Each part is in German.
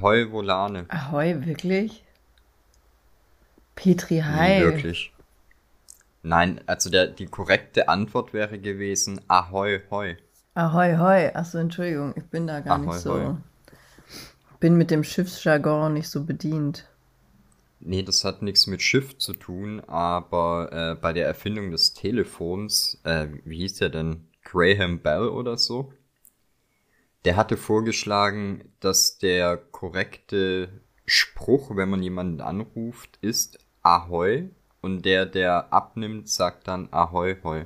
Ahoi Volane. Ahoi, wirklich? Petri Nee, Heil. wirklich. Nein, also die korrekte Antwort wäre gewesen Ahoi Hoi. Ahoi, hoi. Achso, Entschuldigung, ich bin da gar nicht Ahoi Hoi. so. Bin mit dem Schiffsjargon nicht so bedient. Nee, das hat nichts mit Schiff zu tun, aber bei der Erfindung des Telefons, wie hieß der denn? Graham Bell oder so? Der hatte vorgeschlagen, dass der korrekte Spruch, wenn man jemanden anruft, ist Ahoi und der abnimmt, sagt dann Ahoi Hoi.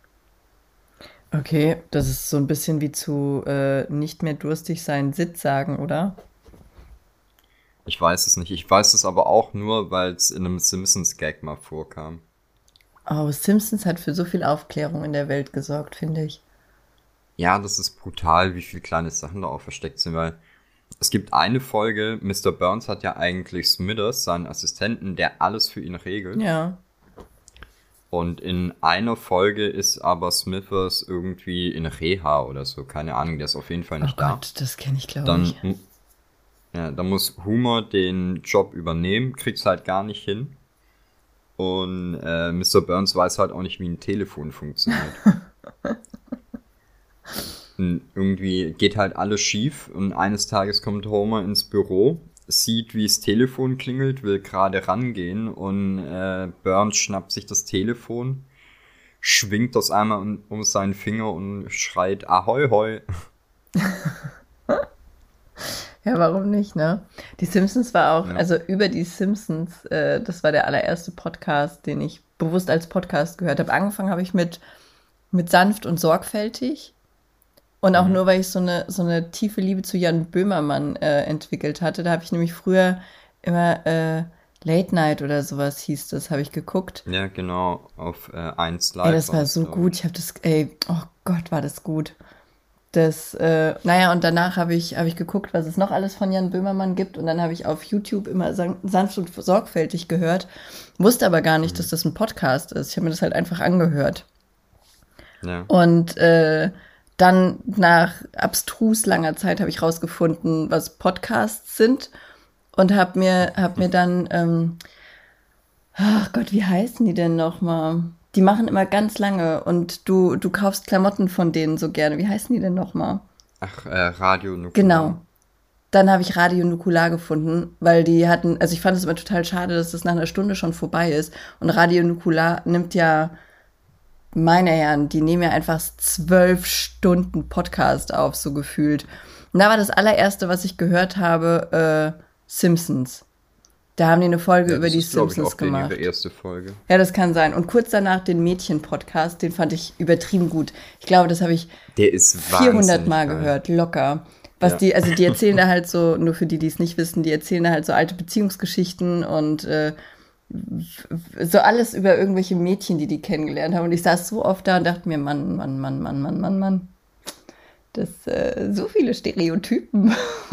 Okay, das ist so ein bisschen wie zu nicht mehr durstig sein Sitz sagen, oder? Ich weiß es nicht. Ich weiß es aber auch nur, weil es in einem Simpsons-Gag mal vorkam. Oh, Simpsons hat für so viel Aufklärung in der Welt gesorgt, finde ich. Ja, das ist brutal, wie viele kleine Sachen da auch versteckt sind, weil es gibt eine Folge, Mr. Burns hat ja eigentlich Smithers, seinen Assistenten, der alles für ihn regelt. Ja. Und in einer Folge ist aber Smithers irgendwie in Reha oder so, keine Ahnung, der ist auf jeden Fall Oh nicht da. Gott, das kenne ich, glaube ich. Dann, ja, dann muss Homer den Job übernehmen, kriegt's halt gar nicht hin. Und Mr. Burns weiß halt auch nicht, wie ein Telefon funktioniert. Und irgendwie geht halt alles schief und eines Tages kommt Homer ins Büro, sieht, wie das Telefon klingelt, will gerade rangehen und Burns schnappt sich das Telefon, schwingt das einmal um seinen Finger und schreit Ahoi hoi. Ja, warum nicht, ne? Die Simpsons war auch, Ja. also über die Simpsons, das war der allererste Podcast, den ich bewusst als Podcast gehört habe. Angefangen habe ich mit sanft und sorgfältig. Und auch Mhm. nur, weil ich so eine tiefe Liebe zu Jan Böhmermann entwickelt hatte. Da habe ich nämlich früher immer Late Night oder sowas hieß das, habe ich geguckt. Ja, genau, auf 1 Ey, Live das war war das, so glaube gut. ich. Ich habe das, ey, oh Gott, war das gut. Naja, und danach habe ich geguckt, was es noch alles von Jan Böhmermann gibt. Und dann habe ich auf YouTube immer sanft und sorgfältig gehört. Wusste aber gar nicht, dass Mhm. das ein Podcast ist. Ich habe mir das halt einfach angehört. Ja. Und dann nach abstrus langer Zeit habe ich rausgefunden, was Podcasts sind und hab mir dann, ach Gott, wie heißen die denn nochmal? Die machen immer ganz lange und du kaufst Klamotten von denen so gerne. Wie heißen die denn nochmal? Ach, Radio Genau. Nukular. Dann habe ich Radio Nukular gefunden, weil die hatten, also ich fand es immer total schade, dass das nach einer Stunde schon vorbei ist. Und Radio Nukular nimmt ja, meine Herren, die nehmen ja einfach 12 Stunden Podcast auf, so gefühlt. Und da war das allererste, was ich gehört habe, Simpsons. Da haben die eine Folge Ja, über das die ist, glaube ich, auch Simpsons denen ihre gemacht. erste Folge. Ja, das kann sein. Und kurz danach den Mädchen-Podcast, den fand ich übertrieben gut. Ich glaube, das habe ich Der ist 400 wahnsinnig Mal geil. gehört, locker. Ja. Also die erzählen da halt so, nur für die, die es nicht wissen, die erzählen da halt so alte Beziehungsgeschichten und so alles über irgendwelche Mädchen, die kennengelernt haben. Und ich saß so oft da und dachte mir, Mann, Mann, Mann, Mann, Mann, Mann, Mann. So viele Stereotypen.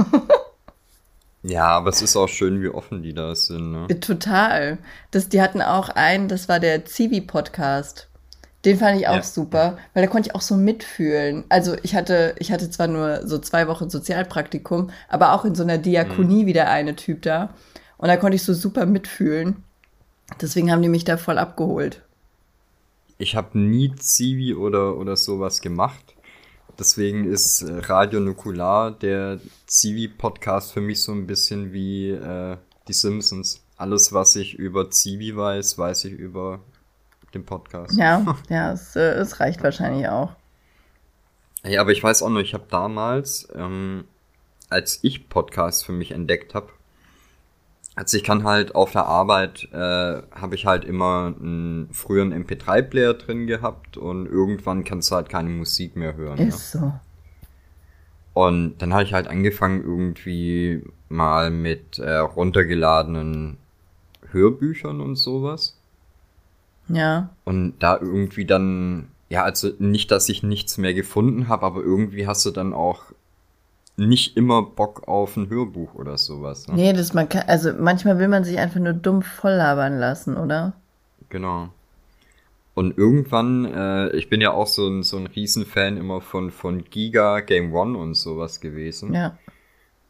Ja, aber es ist auch schön, wie offen die da sind, ne? Total. Die hatten auch einen, das war der Zivi-Podcast. Den fand ich auch Ja. super, weil da konnte ich auch so mitfühlen. Also ich hatte zwar nur so 2 Wochen Sozialpraktikum, aber auch in so einer Mhm. Diakonie wie der eine Typ da. Und da konnte ich so super mitfühlen. Deswegen haben die mich da voll abgeholt. Ich habe nie Zivi oder sowas gemacht. Deswegen ist Radio Nukular, der Zivi-Podcast, für mich so ein bisschen wie die Simpsons. Alles, was ich über Zivi weiß, weiß ich über den Podcast. Ja, ja, es reicht wahrscheinlich auch. Ja, aber ich weiß auch noch, ich habe damals, als ich Podcasts für mich entdeckt habe, also ich kann halt auf der Arbeit, habe ich halt immer einen früheren MP3-Player drin gehabt und irgendwann kannst du halt keine Musik mehr hören, ne? Ist so. Und dann habe ich halt angefangen irgendwie mal mit runtergeladenen Hörbüchern und sowas. Ja. Und da irgendwie dann, ja, also nicht, dass ich nichts mehr gefunden habe, aber irgendwie hast du dann auch nicht immer Bock auf ein Hörbuch oder sowas, ne? Nee, also manchmal will man sich einfach nur dumm voll labern lassen, oder? Genau. Und irgendwann, ich bin ja auch so ein Riesenfan immer von Giga, Game One und sowas gewesen. Ja.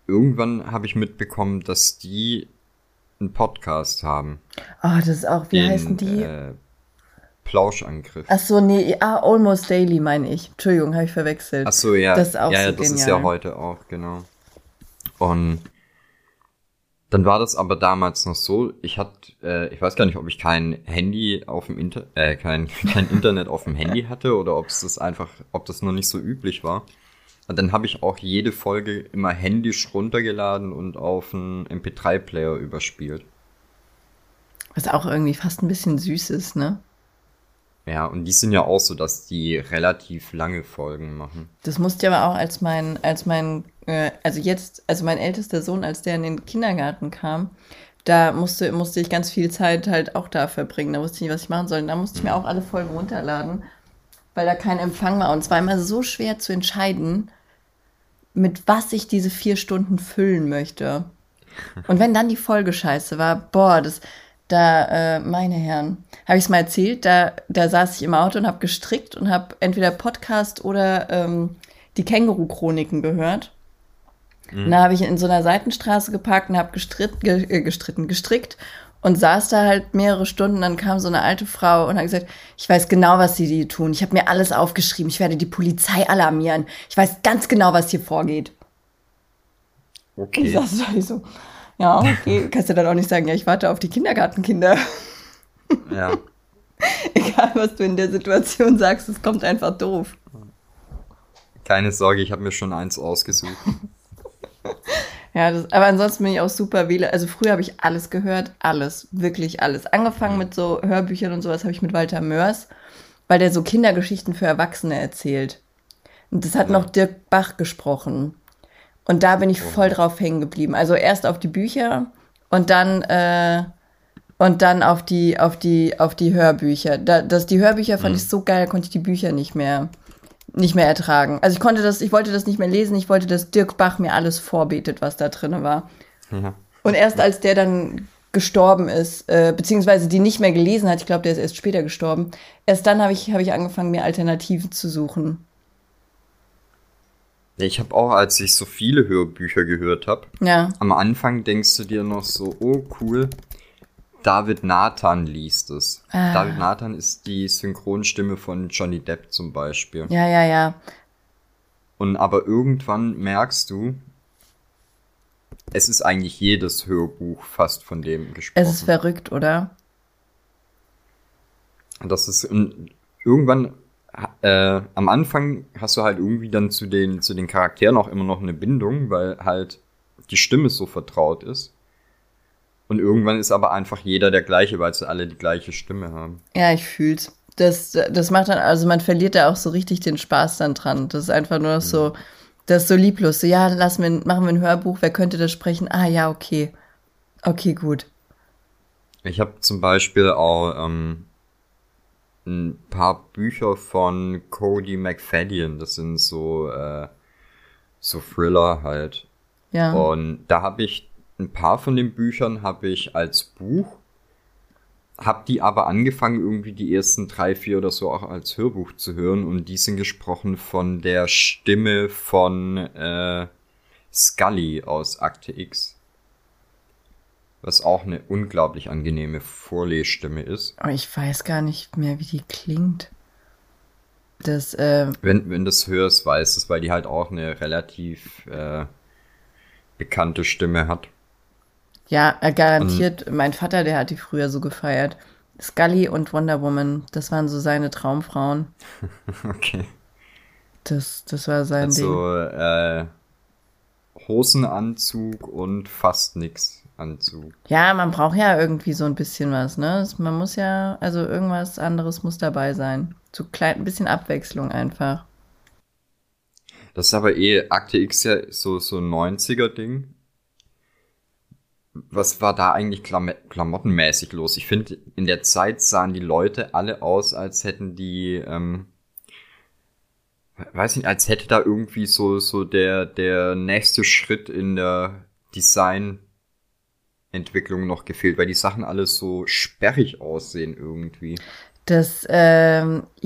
irgendwann habe ich mitbekommen, dass die einen Podcast haben. Oh, das ist auch, wie heißen die? Plauschangriff. Ach so, nee, Almost Daily meine ich. Entschuldigung, habe ich verwechselt. Ach so, ja. Das ist auch ja, so das genial. ist ja heute auch, genau. Und dann war das aber damals noch so, ich weiß gar nicht, ob ich kein Handy auf dem kein Internet auf dem Handy hatte oder ob das noch nicht so üblich war. Und dann habe ich auch jede Folge immer händisch runtergeladen und auf einen MP3-Player überspielt. Was auch irgendwie fast ein bisschen süß ist, ne? Ja, und die sind ja auch so, dass die relativ lange Folgen machen. Das musste ich aber auch also mein ältester Sohn, als der in den Kindergarten kam, da musste ich ganz viel Zeit halt auch da verbringen. Da wusste ich nicht, was ich machen soll. Und da musste ich mir auch alle Folgen runterladen, weil da kein Empfang war. Und es war immer so schwer zu entscheiden, mit was ich diese 4 Stunden füllen möchte. Und wenn dann die Folge scheiße war, meine Herren, habe ich es mal erzählt, da saß ich im Auto und habe gestrickt und habe entweder Podcast oder die Känguru-Chroniken gehört. Und da habe ich in so einer Seitenstraße geparkt und habe gestrickt und saß da halt mehrere Stunden. Dann kam so eine alte Frau und hat gesagt, ich weiß genau, was sie tun. Ich habe mir alles aufgeschrieben. Ich werde die Polizei alarmieren. Ich weiß ganz genau, was hier vorgeht. Okay. Und ich saß da so, ja, okay. Kannst du dann auch nicht sagen, ja, ich warte auf die Kindergartenkinder. Ja. Egal, was du in der Situation sagst, es kommt einfach doof. Keine Sorge, ich habe mir schon eins ausgesucht. Ja, aber ansonsten bin ich auch super Wähler. Also früher habe ich alles gehört, alles, wirklich alles. Angefangen mit so Hörbüchern und sowas habe ich mit Walter Mörs, weil der so Kindergeschichten für Erwachsene erzählt. Und das hat noch Dirk Bach gesprochen. Und da bin ich voll drauf hängen geblieben. Also erst auf die Bücher und dann auf die Hörbücher. Die Hörbücher fand ich so geil, da konnte ich die Bücher nicht mehr ertragen. Also ich wollte das nicht mehr lesen, ich wollte, dass Dirk Bach mir alles vorbetet, was da drin war. Ja. Und erst als der dann gestorben ist, beziehungsweise die nicht mehr gelesen hat, ich glaube, der ist erst später gestorben, erst dann habe ich angefangen, mir Alternativen zu suchen. Ich habe auch, als ich so viele Hörbücher gehört habe, Ja. am Anfang denkst du dir noch so, oh cool, David Nathan liest es. David Nathan ist die Synchronstimme von Johnny Depp zum Beispiel. Ja. Und aber irgendwann merkst du, es ist eigentlich jedes Hörbuch fast von dem gesprochen. Es ist verrückt, oder? Das ist irgendwann, am Anfang hast du halt irgendwie dann zu den Charakteren auch immer noch eine Bindung, weil halt die Stimme so vertraut ist. Und irgendwann ist aber einfach jeder der gleiche, weil sie alle die gleiche Stimme haben. Ja, ich fühl's. Das macht dann, also man verliert da auch so richtig den Spaß dann dran. Das ist einfach nur noch so, das ist so lieblos. So, ja, machen wir ein Hörbuch, wer könnte das sprechen? Ah, ja, okay. Okay, gut. Ich habe zum Beispiel auch ein paar Bücher von Cody McFadden. Das sind so Thriller halt. Ja. Und da habe ich ein paar von den Büchern habe ich als Buch, habe die aber angefangen, irgendwie die ersten 3, 4 oder so auch als Hörbuch zu hören. Und die sind gesprochen von der Stimme von Scully aus Akte X. Was auch eine unglaublich angenehme Vorlesstimme ist. Aber ich weiß gar nicht mehr, wie die klingt. Wenn du das hörst, weißt du es, weil die halt auch eine relativ bekannte Stimme hat. Ja, garantiert. Mein Vater, der hat die früher so gefeiert. Scully und Wonder Woman, das waren so seine Traumfrauen. Okay. Das war sein Ding. Also Hosenanzug und fast nix Anzug. Ja, man braucht ja irgendwie so ein bisschen was, ne? Man muss ja, also irgendwas anderes muss dabei sein. So ein bisschen Abwechslung einfach. Das ist aber Akte X ja so ein 90er-Ding. Was war da eigentlich klamottenmäßig los? Ich finde, in der Zeit sahen die Leute alle aus, als hätten die, weiß nicht, als hätte da irgendwie so der nächste Schritt in der Designentwicklung noch gefehlt, weil die Sachen alles so sperrig aussehen irgendwie.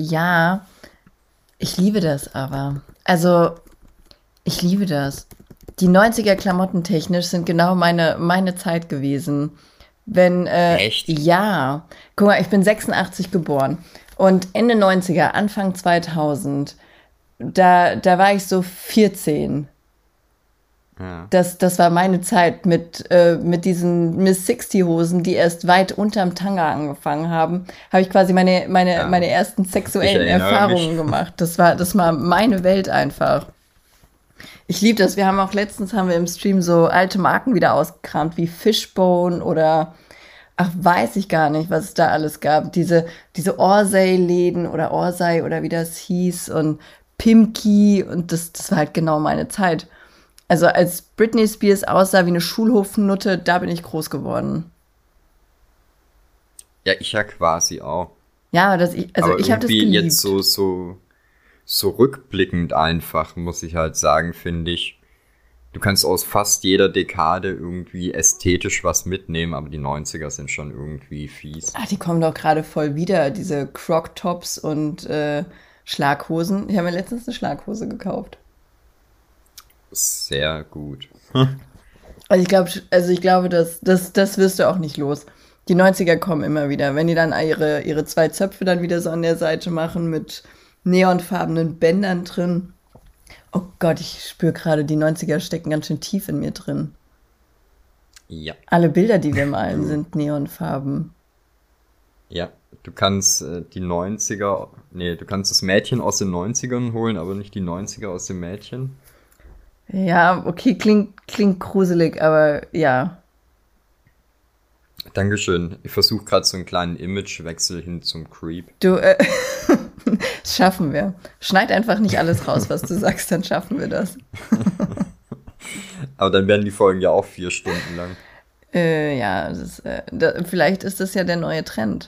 Ja, ich liebe das aber. Also, ich liebe das. Die 90er klamottentechnisch sind genau meine Zeit gewesen. Wenn, Echt? ja, guck mal, ich bin 86 geboren und Ende 90er, Anfang 2000, da war ich so 14. Ja. Das war meine Zeit mit diesen Miss 60 Hosen, die erst weit unterm Tanga angefangen haben, habe ich quasi meine Ja. ersten Ich sexuellen erinnere mich. Erfahrungen gemacht. Das war meine Welt einfach. Ich liebe das. Wir haben auch letztens haben wir im Stream so alte Marken wieder ausgekramt, wie Fishbone oder ach, weiß ich gar nicht, was es da alles gab. Diese Orsay-Läden oder Orsay oder wie das hieß und Pimki und das war halt genau meine Zeit. Also als Britney Spears aussah wie eine Schulhofnutte, da bin ich groß geworden. Ja, ich ja quasi auch. Ja, also Aber ich habe das irgendwie jetzt geliebt. so rückblickend einfach, muss ich halt sagen, finde ich. Du kannst aus fast jeder Dekade irgendwie ästhetisch was mitnehmen, aber die 90er sind schon irgendwie fies. Ah, die kommen doch gerade voll wieder, diese Croc-Tops und Schlaghosen. Ich habe mir letztens eine Schlaghose gekauft. Sehr gut. Also ich glaube, das wirst du auch nicht los. Die 90er kommen immer wieder. Wenn die dann ihre zwei Zöpfe dann wieder so an der Seite machen mit neonfarbenen Bändern drin. Oh Gott, ich spüre gerade, die 90er stecken ganz schön tief in mir drin. Ja. Alle Bilder, die wir malen, Du, sind neonfarben. ja. Du kannst die 90er, nee, du kannst das Mädchen aus den 90ern holen, aber nicht die 90er aus dem Mädchen. Ja, okay, klingt gruselig, aber ja. Dankeschön. Ich versuche gerade so einen kleinen Imagewechsel hin zum Creep. Du, das schaffen wir. Schneid einfach nicht alles raus, was du sagst, dann schaffen wir das. Aber dann werden die Folgen ja auch 4 Stunden lang. Ja, vielleicht ist das ja der neue Trend.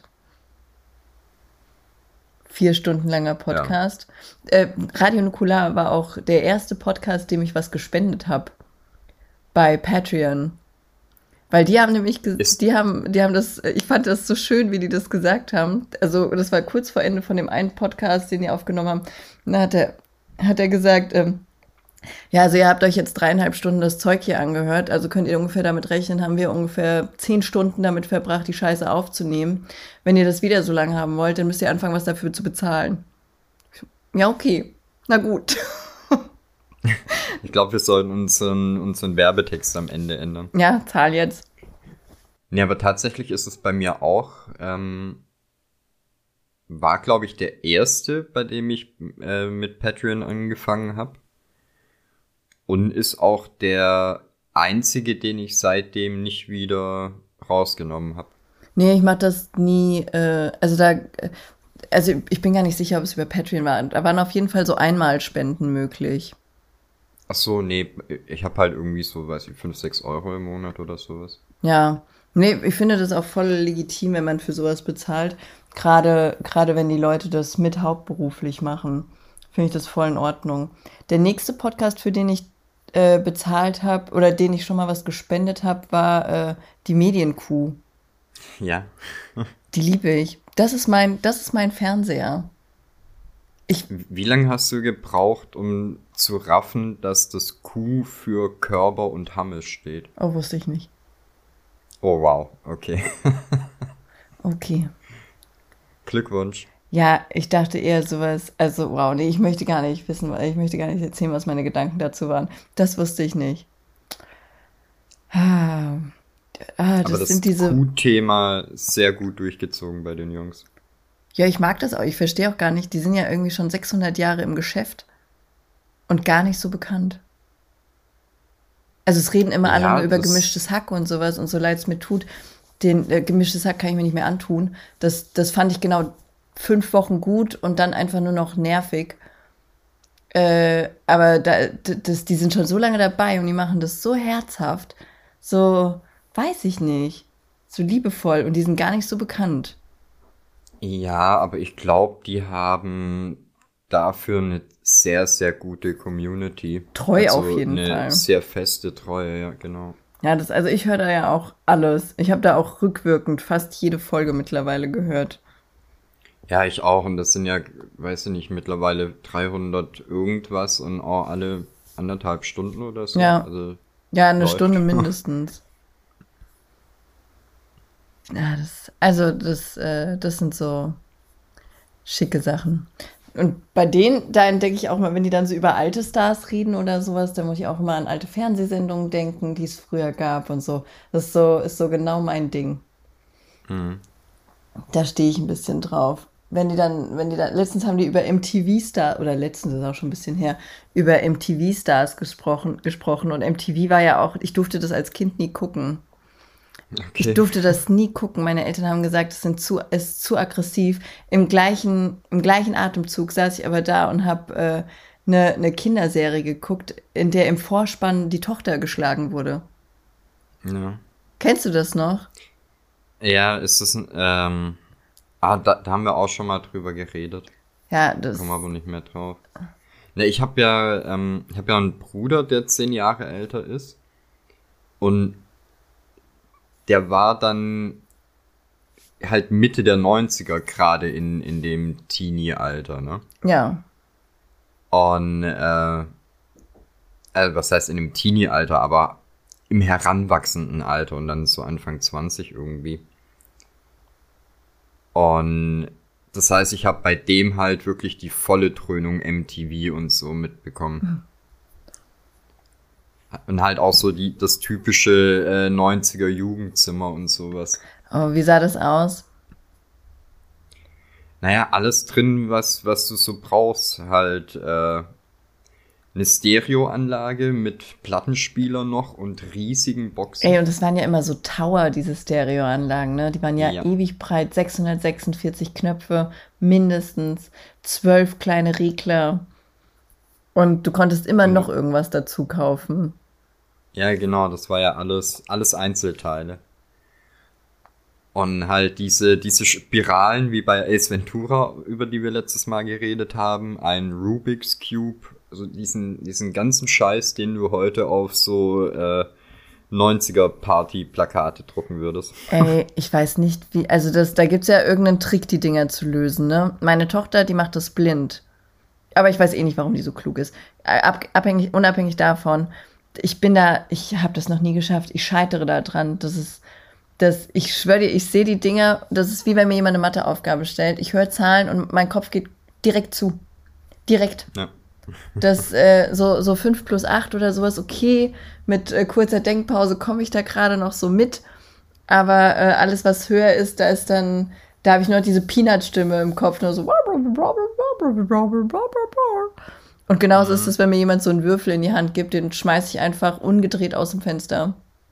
4 Stunden langer Ja. Podcast. Radio Nukular war auch der erste Podcast, dem ich was gespendet habe bei Patreon. Weil die haben nämlich, Ist, die haben das, ich fand das so schön, wie die das gesagt haben. Also, das war kurz vor Ende von dem einen Podcast, den die aufgenommen haben. Und da hat er gesagt, ja, also ihr habt euch jetzt 3,5 Stunden das Zeug hier angehört, also könnt ihr ungefähr damit rechnen, haben wir ungefähr 10 Stunden damit verbracht, die Scheiße aufzunehmen. Wenn ihr das wieder so lange haben wollt, dann müsst ihr anfangen, was dafür zu bezahlen. Ja, okay. Na gut. ich glaube, wir sollten unseren Werbetext am Ende ändern. Ja, zahl jetzt. Nee, aber tatsächlich ist es bei mir auch, war, glaube ich, der erste, bei dem ich mit Patreon angefangen habe. Und ist auch der einzige, den ich seitdem nicht wieder rausgenommen habe. Nee, ich mach das nie, also ich bin gar nicht sicher, ob es über Patreon war. Da waren auf jeden Fall so Einmalspenden möglich. Ach so, nee, ich habe halt irgendwie so, weiß ich, 5, 6 Euro im Monat oder sowas. Ja, nee, ich finde das auch voll legitim, wenn man für sowas bezahlt. Gerade wenn die Leute das mit hauptberuflich machen, finde ich das voll in Ordnung. Der nächste Podcast, für den ich bezahlt habe oder den ich schon mal was gespendet habe, war die Medienkuh. Ja. Die liebe ich. Das ist mein Fernseher. Ich, Wie lange hast du gebraucht, um zu raffen, dass das Q für Körper und Hamme steht? oh, wusste ich nicht. Oh, wow, okay. Okay. Glückwunsch. Ja, ich dachte eher sowas, also wow, nee, ich möchte gar nicht wissen, ich möchte gar nicht erzählen, was meine Gedanken dazu waren. Das wusste ich nicht. Ah, Aber das sind das diese, Q-Thema sehr gut durchgezogen bei den Jungs. ja, ich mag das auch, ich verstehe auch gar nicht, die sind ja irgendwie schon 600 Jahre im Geschäft und gar nicht so bekannt. Also es reden immer alle Ja, nur über das, gemischtes Hack und sowas und so leid es mir tut, den gemischtes Hack kann ich mir nicht mehr antun. Das fand ich genau 5 Wochen gut und dann einfach nur noch nervig. Aber die sind schon so lange dabei und die machen das so herzhaft, so, weiß ich nicht, so liebevoll und die sind gar nicht so bekannt. ja, aber ich glaube, die haben dafür eine sehr, sehr gute Community. Treu auf Also jeden eine Fall. sehr feste Treue, ja, genau. Ja, also ich höre da ja auch alles. Ich habe da auch rückwirkend fast jede Folge mittlerweile gehört. Ja, ich auch. Und das sind ja, weiß ich nicht, mittlerweile 300 irgendwas und auch alle 1,5 Stunden oder so. Ja. Also Ja, eine läuft. Stunde mindestens. Ja, das sind so schicke Sachen. Und bei denen, da entdecke ich auch mal, wenn die dann so über alte Stars reden oder sowas, da muss ich auch immer an alte Fernsehsendungen denken, die es früher gab und so. Ist so genau mein Ding. Mhm. Da stehe ich ein bisschen drauf. Letztens haben die über MTV Stars, oder letztens ist auch schon ein bisschen her, über MTV Stars gesprochen. Und MTV war ja auch, ich durfte das als Kind nie gucken. Ich Okay. durfte das nie gucken. Meine Eltern haben gesagt, es ist zu aggressiv. Im gleichen Atemzug saß ich aber da und habe eine Kinderserie geguckt, in der im Vorspann die Tochter geschlagen wurde. Ja. Kennst du das noch? Ja, ist das da haben wir auch schon mal drüber geredet. Ja, Kommen aber nicht mehr drauf. Ne, ich hab ja einen Bruder, der 10 Jahre älter ist. Und der war dann halt Mitte der 90er gerade in dem Teenie-Alter, ne? ja. Und, also was heißt in dem Teenie-Alter, aber im heranwachsenden Alter und dann so Anfang 20 irgendwie. Und das heißt, ich habe bei dem halt wirklich die volle Dröhnung MTV und so mitbekommen. Und halt auch so das typische 90er Jugendzimmer und sowas. Oh, wie sah das aus? Naja, alles drin, was du so brauchst. Halt eine Stereoanlage mit Plattenspieler noch und riesigen Boxen. Ey, und das waren ja immer so Tower, diese Stereoanlagen, ne? Die waren ja Ja. ewig breit, 646 Knöpfe, mindestens 12 kleine Regler. Und du konntest immer noch irgendwas dazu kaufen. Ja, genau, das war ja alles Einzelteile. Und halt diese Spiralen wie bei Ace Ventura, über die wir letztes Mal geredet haben, ein Rubik's Cube, also diesen ganzen Scheiß, den du heute auf so 90er Party-Plakate drucken würdest. Ey, ich weiß nicht, wie, also da gibt's ja irgendeinen Trick, die Dinger zu lösen, ne? Meine Tochter, die macht das blind. Aber ich weiß eh nicht, warum die so klug ist. Unabhängig davon, ich habe das noch nie geschafft. Ich scheitere da dran. Ich schwöre dir, ich sehe die Dinger, das ist wie wenn mir jemand eine Matheaufgabe stellt. Ich höre Zahlen und mein Kopf geht direkt zu. Direkt. Ja. So 5 plus 8 oder sowas, okay. Mit kurzer Denkpause komme ich da gerade noch so mit. Aber alles, was höher ist, da habe ich nur diese Peanut-Stimme im Kopf, nur so. Und genauso ist es, wenn mir jemand so einen Würfel in die Hand gibt, den schmeiße ich einfach ungedreht aus dem Fenster.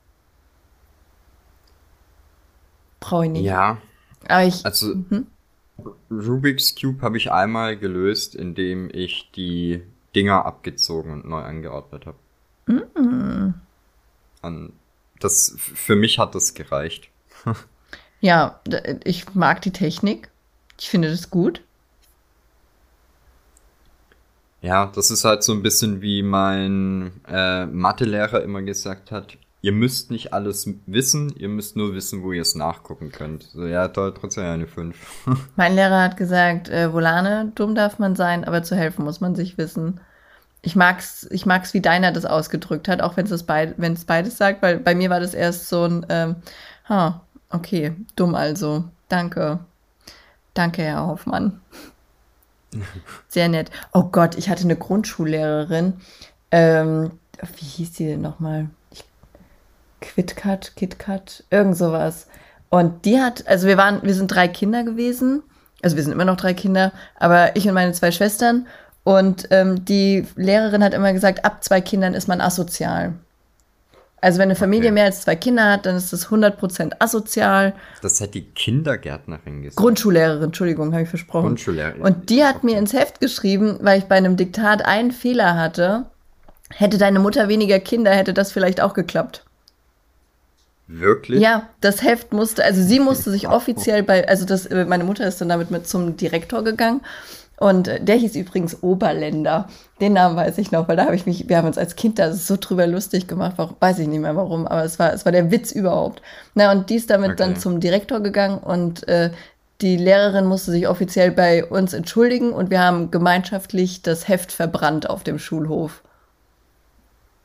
Brauche ich nicht. Ja, Aber also Rubik's Cube habe ich einmal gelöst, indem ich die Dinger abgezogen und neu angeordnet habe. Für mich hat das gereicht. ja, ich mag die Technik. Ich finde das gut. Ja, das ist halt so ein bisschen wie mein Mathelehrer immer gesagt hat, ihr müsst nicht alles wissen, ihr müsst nur wissen, wo ihr es nachgucken könnt. So, ja, trotzdem eine 5. Mein Lehrer hat gesagt, Volane, dumm darf man sein, aber zu helfen muss man sich wissen. Ich mag's, wie deiner das ausgedrückt hat, auch wenn es beides sagt, weil bei mir war das erst so ein, okay, dumm also. Danke. Danke, Herr Hoffmann. Sehr nett. Oh Gott, ich hatte eine Grundschullehrerin. Wie hieß die denn nochmal? KitKat, irgend sowas. Und die also wir sind 3 Kinder gewesen. Also wir sind immer noch 3 Kinder, aber ich und meine 2 Schwestern. Und die Lehrerin hat immer gesagt, ab 2 Kindern ist man asozial. Also wenn eine Familie mehr als 2 Kinder hat, dann ist das 100% asozial. Das hat die Kindergärtnerin gesagt. Grundschullehrerin, Entschuldigung, habe ich versprochen. Grundschullehrerin. Und die hat mir ins Heft geschrieben, weil ich bei einem Diktat einen Fehler hatte. Hätte deine Mutter weniger Kinder, hätte das vielleicht auch geklappt. Wirklich? Ja, das Heft sie musste sich offiziell meine Mutter ist dann damit mit zum Direktor gegangen. Und der hieß übrigens Oberländer. Den Namen weiß ich noch, weil wir haben uns als Kind da so drüber lustig gemacht, weiß ich nicht mehr warum, aber es war der Witz überhaupt. Na, und die ist damit dann zum Direktor gegangen und die Lehrerin musste sich offiziell bei uns entschuldigen und wir haben gemeinschaftlich das Heft verbrannt auf dem Schulhof.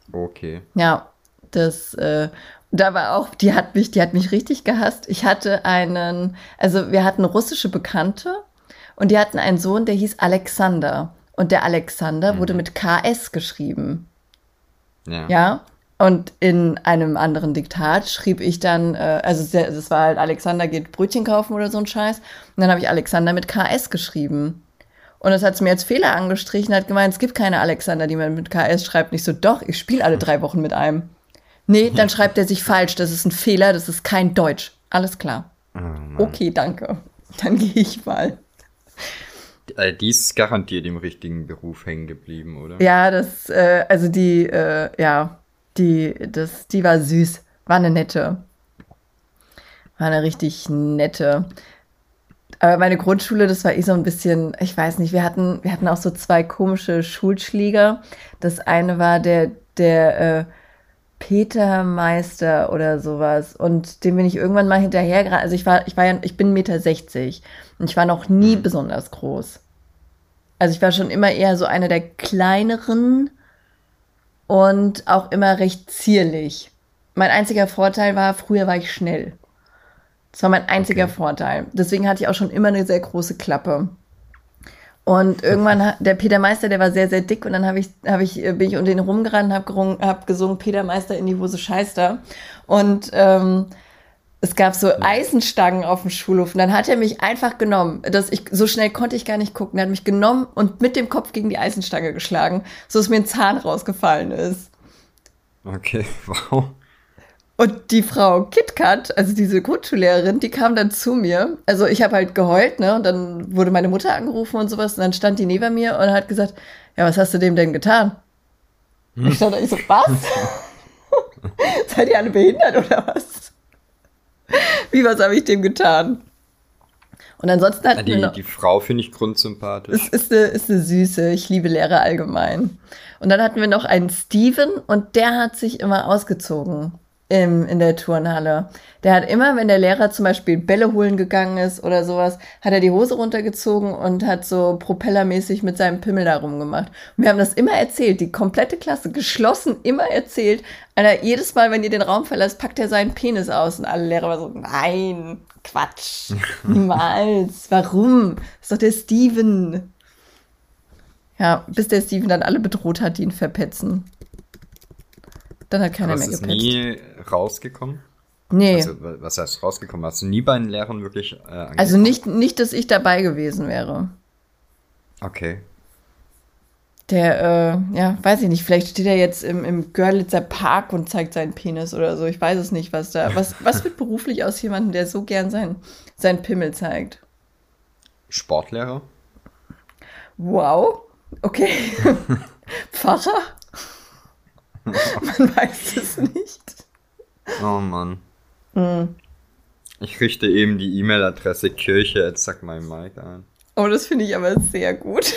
Okay. Ja, da war auch, die hat mich richtig gehasst. Also wir hatten russische Bekannte und die hatten einen Sohn, der hieß Alexander. Und der Alexander wurde Mhm. mit KS geschrieben. Ja. Ja. Und in einem anderen Diktat schrieb ich dann, das war halt Alexander geht Brötchen kaufen oder so ein Scheiß. Und dann habe ich Alexander mit KS geschrieben. Und das hat es mir als Fehler angestrichen, hat gemeint, es gibt keine Alexander, die man mit KS schreibt. Nicht so, doch, ich spiele alle 3 Wochen mit einem. Nee, dann schreibt er sich falsch. Das ist ein Fehler, das ist kein Deutsch. Alles klar. Oh Mann. Okay, danke. Dann gehe ich mal. Die ist garantiert im richtigen Beruf hängen geblieben, oder? Ja, die war süß. War eine nette. War eine richtig nette. Aber meine Grundschule, das war so ein bisschen, ich weiß nicht, wir hatten auch so 2 komische Schulschläger. Das eine war der Peter Meister oder sowas. Und dem bin ich irgendwann mal hinterher. Also ich bin 1,60 Meter und ich war noch nie Mhm. besonders groß. Also ich war schon immer eher so eine der kleineren und auch immer recht zierlich. Mein einziger Vorteil war, früher war ich schnell. Das war mein einziger Okay. Vorteil. Deswegen hatte ich auch schon immer eine sehr große Klappe. Und irgendwann, der Peter Meister, der war sehr, sehr dick und dann bin ich um den rumgerannt, hab gesungen, Peter Meister in die Hose scheißt da. Und es gab so Eisenstangen auf dem Schulhof und dann hat er mich einfach genommen. So schnell konnte ich gar nicht gucken. Er hat mich genommen und mit dem Kopf gegen die Eisenstange geschlagen, so dass mir ein Zahn rausgefallen ist. Okay, wow. Und die Frau KitKat, also diese Grundschullehrerin, die kam dann zu mir. Also ich habe halt geheult, ne? Und dann wurde meine Mutter angerufen und sowas. Und dann stand die neben mir und hat gesagt, ja, was hast du dem denn getan? Ich stand da, ich so, was? Seid ihr alle behindert oder was? Was habe ich dem getan? Und ansonsten hatten wir noch, Die Frau finde ich grundsympathisch. ist eine Süße. Ich liebe Lehrer allgemein. Und dann hatten wir noch einen Steven und der hat sich immer ausgezogen in der Turnhalle. Der hat immer, wenn der Lehrer zum Beispiel Bälle holen gegangen ist oder sowas, hat er die Hose runtergezogen und hat so propellermäßig mit seinem Pimmel da rumgemacht. Und wir haben das immer erzählt, die komplette Klasse, geschlossen immer erzählt. Alter, jedes Mal, wenn ihr den Raum verlasst, packt er seinen Penis aus. Und alle Lehrer waren so, nein, Quatsch, niemals, warum? Ist doch der Steven. Ja, bis der Steven dann alle bedroht hat, die ihn verpetzen. Dann hat keiner Aber mehr ist es gepetzt. nie rausgekommen? Nee, Also, was heißt rausgekommen? Hast du nie bei den Lehrern wirklich also angesprochen? nicht, dass ich dabei gewesen wäre. Okay. Weiß ich nicht, vielleicht steht er jetzt im Görlitzer Park und zeigt seinen Penis oder so. Ich weiß es nicht, was wird beruflich aus jemandem, der so gern seinen Pimmel zeigt? Sportlehrer? Wow, okay. Pfarrer? Man weiß es nicht. Oh Mann. Ich richte eben die E-Mail-Adresse kirche@suckmymike ein. Oh, das finde ich aber sehr gut.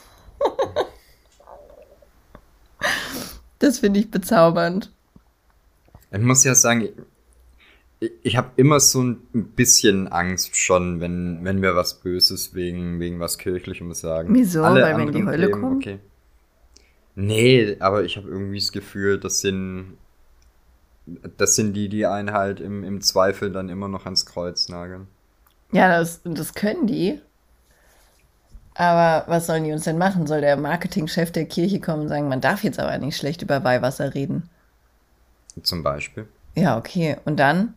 Das finde ich bezaubernd. Ich muss ja sagen, ich habe immer so ein bisschen Angst schon, wenn wir was Böses wegen was Kirchlichem sagen. Wieso? Alle Weil wenn die anderen Hölle Themen, kommt? okay. Nee, aber ich habe irgendwie das Gefühl, das sind die einen halt im Zweifel dann immer noch ans Kreuz nageln. Ja, das können die. Aber was sollen die uns denn machen? Soll der Marketingchef der Kirche kommen und sagen, man darf jetzt aber nicht schlecht über Weihwasser reden? Zum Beispiel. Ja, okay. Und dann?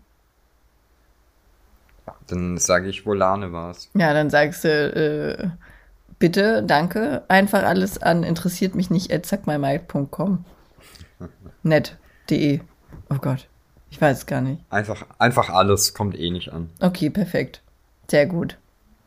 Dann sage ich, Volane war's. Ja, dann sagst du, bitte, danke, einfach alles an interessiert mich nicht @suckmymike.com. Net.de. Oh Gott, ich weiß es gar nicht. Einfach alles, kommt eh nicht an. Okay, perfekt. Sehr gut.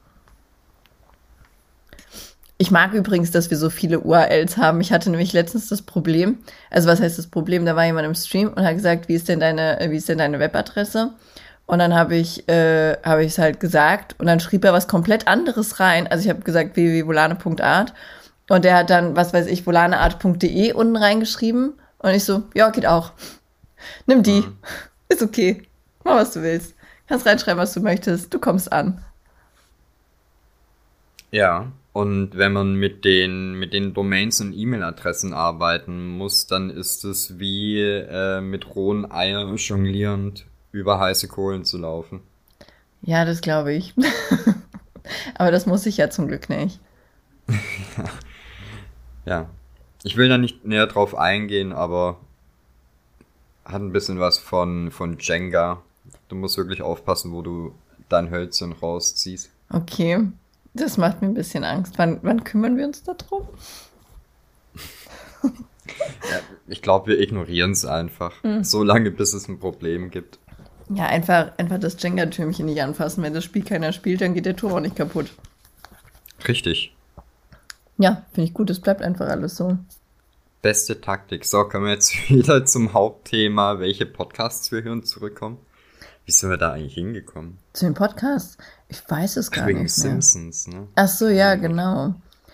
Ich mag übrigens, dass wir so viele URLs haben. Ich hatte nämlich letztens das Problem, also was heißt das Problem? Da war jemand im Stream und hat gesagt, wie ist denn deine Webadresse? Und dann habe ich es halt gesagt und dann schrieb er was komplett anderes rein. Also ich habe gesagt www.volane.art und der hat dann, was weiß ich, volaneart.de unten reingeschrieben und ich so, ja, geht auch. Nimm die. Ist okay. Mach, was du willst. Kannst reinschreiben, was du möchtest. Du kommst an. Ja. Und wenn man mit den Domains und E-Mail-Adressen arbeiten muss, dann ist es wie mit rohen Eiern jonglierend über heiße Kohlen zu laufen. Ja, das glaube ich. Aber das muss ich ja zum Glück nicht. Ja. Ich will da nicht näher drauf eingehen, aber hat ein bisschen was von Jenga. Du musst wirklich aufpassen, wo du dein Hölzchen rausziehst. Okay, das macht mir ein bisschen Angst. Wann kümmern wir uns darum? Ja, ich glaube, wir ignorieren es einfach. So lange, bis es ein Problem gibt. Ja, einfach das Jenga-Türmchen nicht anfassen. Wenn das Spiel keiner spielt, dann geht der Turm auch nicht kaputt. Richtig. Ja, finde ich gut. Es bleibt einfach alles so. Beste Taktik. So, können wir jetzt wieder zum Hauptthema, welche Podcasts wir hören, zurückkommen. Wie sind wir da eigentlich hingekommen? Zu dem Podcast? Ich weiß es gar Wegen nicht mehr. Simpsons, ne? Ach so, ja, genau.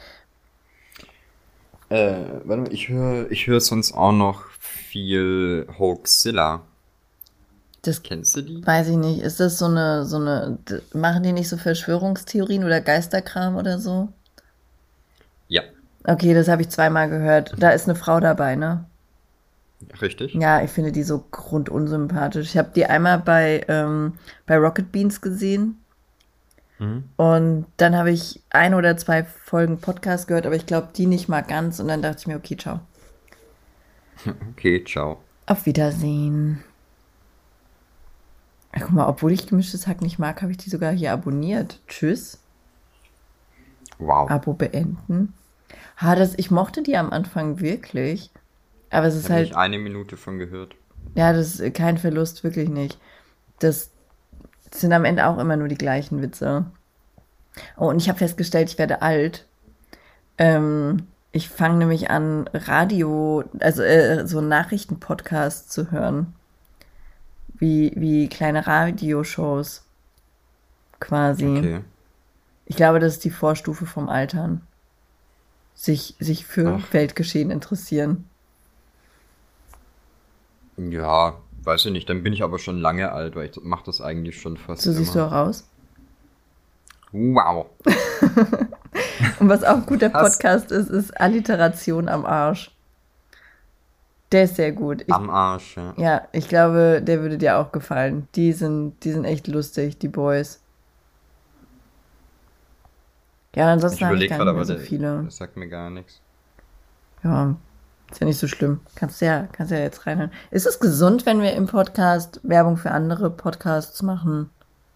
Warte mal, ich höre sonst auch noch viel Hoaxilla. Das Kennst du die? weiß ich nicht. Ist das machen die nicht so Verschwörungstheorien oder Geisterkram oder so? Ja, Okay, das habe ich zweimal gehört. Da ist eine Frau dabei, ne? richtig. Ja, ich finde die so grundunsympathisch. Ich habe die einmal bei Rocket Beans gesehen Mhm. und dann habe ich 1 oder 2 Folgen Podcast gehört, aber ich glaube, die nicht mal ganz. Und dann dachte ich mir, okay, ciao. Okay, ciao. Auf Wiedersehen. Ach, guck mal, obwohl ich gemischtes Hack nicht mag, habe ich die sogar hier abonniert. Tschüss. Wow. Abo beenden. Ich mochte die am Anfang wirklich. Aber es Ich ist habe halt, nicht eine Minute von gehört. ja, das ist kein Verlust, wirklich nicht. Das sind am Ende auch immer nur die gleichen Witze. Oh, und ich habe festgestellt, ich werde alt. Ich fange nämlich an, so Nachrichtenpodcasts zu hören. Wie kleine Radioshows quasi. Okay. Ich glaube, das ist die Vorstufe vom Altern. Sich für Ach. Weltgeschehen interessieren. Ja, weiß ich nicht. Dann bin ich aber schon lange alt, weil ich mache das eigentlich schon fast So siehst du immer. auch aus. Wow. Und was auch ein guter Krass. Podcast ist Alliteration am Arsch. Der ist sehr gut. Am Arsch, ja. Ja, ich glaube, der würde dir auch gefallen. Die sind echt lustig, die Boys. Ja, Ich ansonsten habe ich überlege gar gerade, nicht mehr aber so viele. das sagt mir gar nichts. Ja, ist ja nicht so schlimm. Kannst ja jetzt reinhören. Ist es gesund, wenn wir im Podcast Werbung für andere Podcasts machen?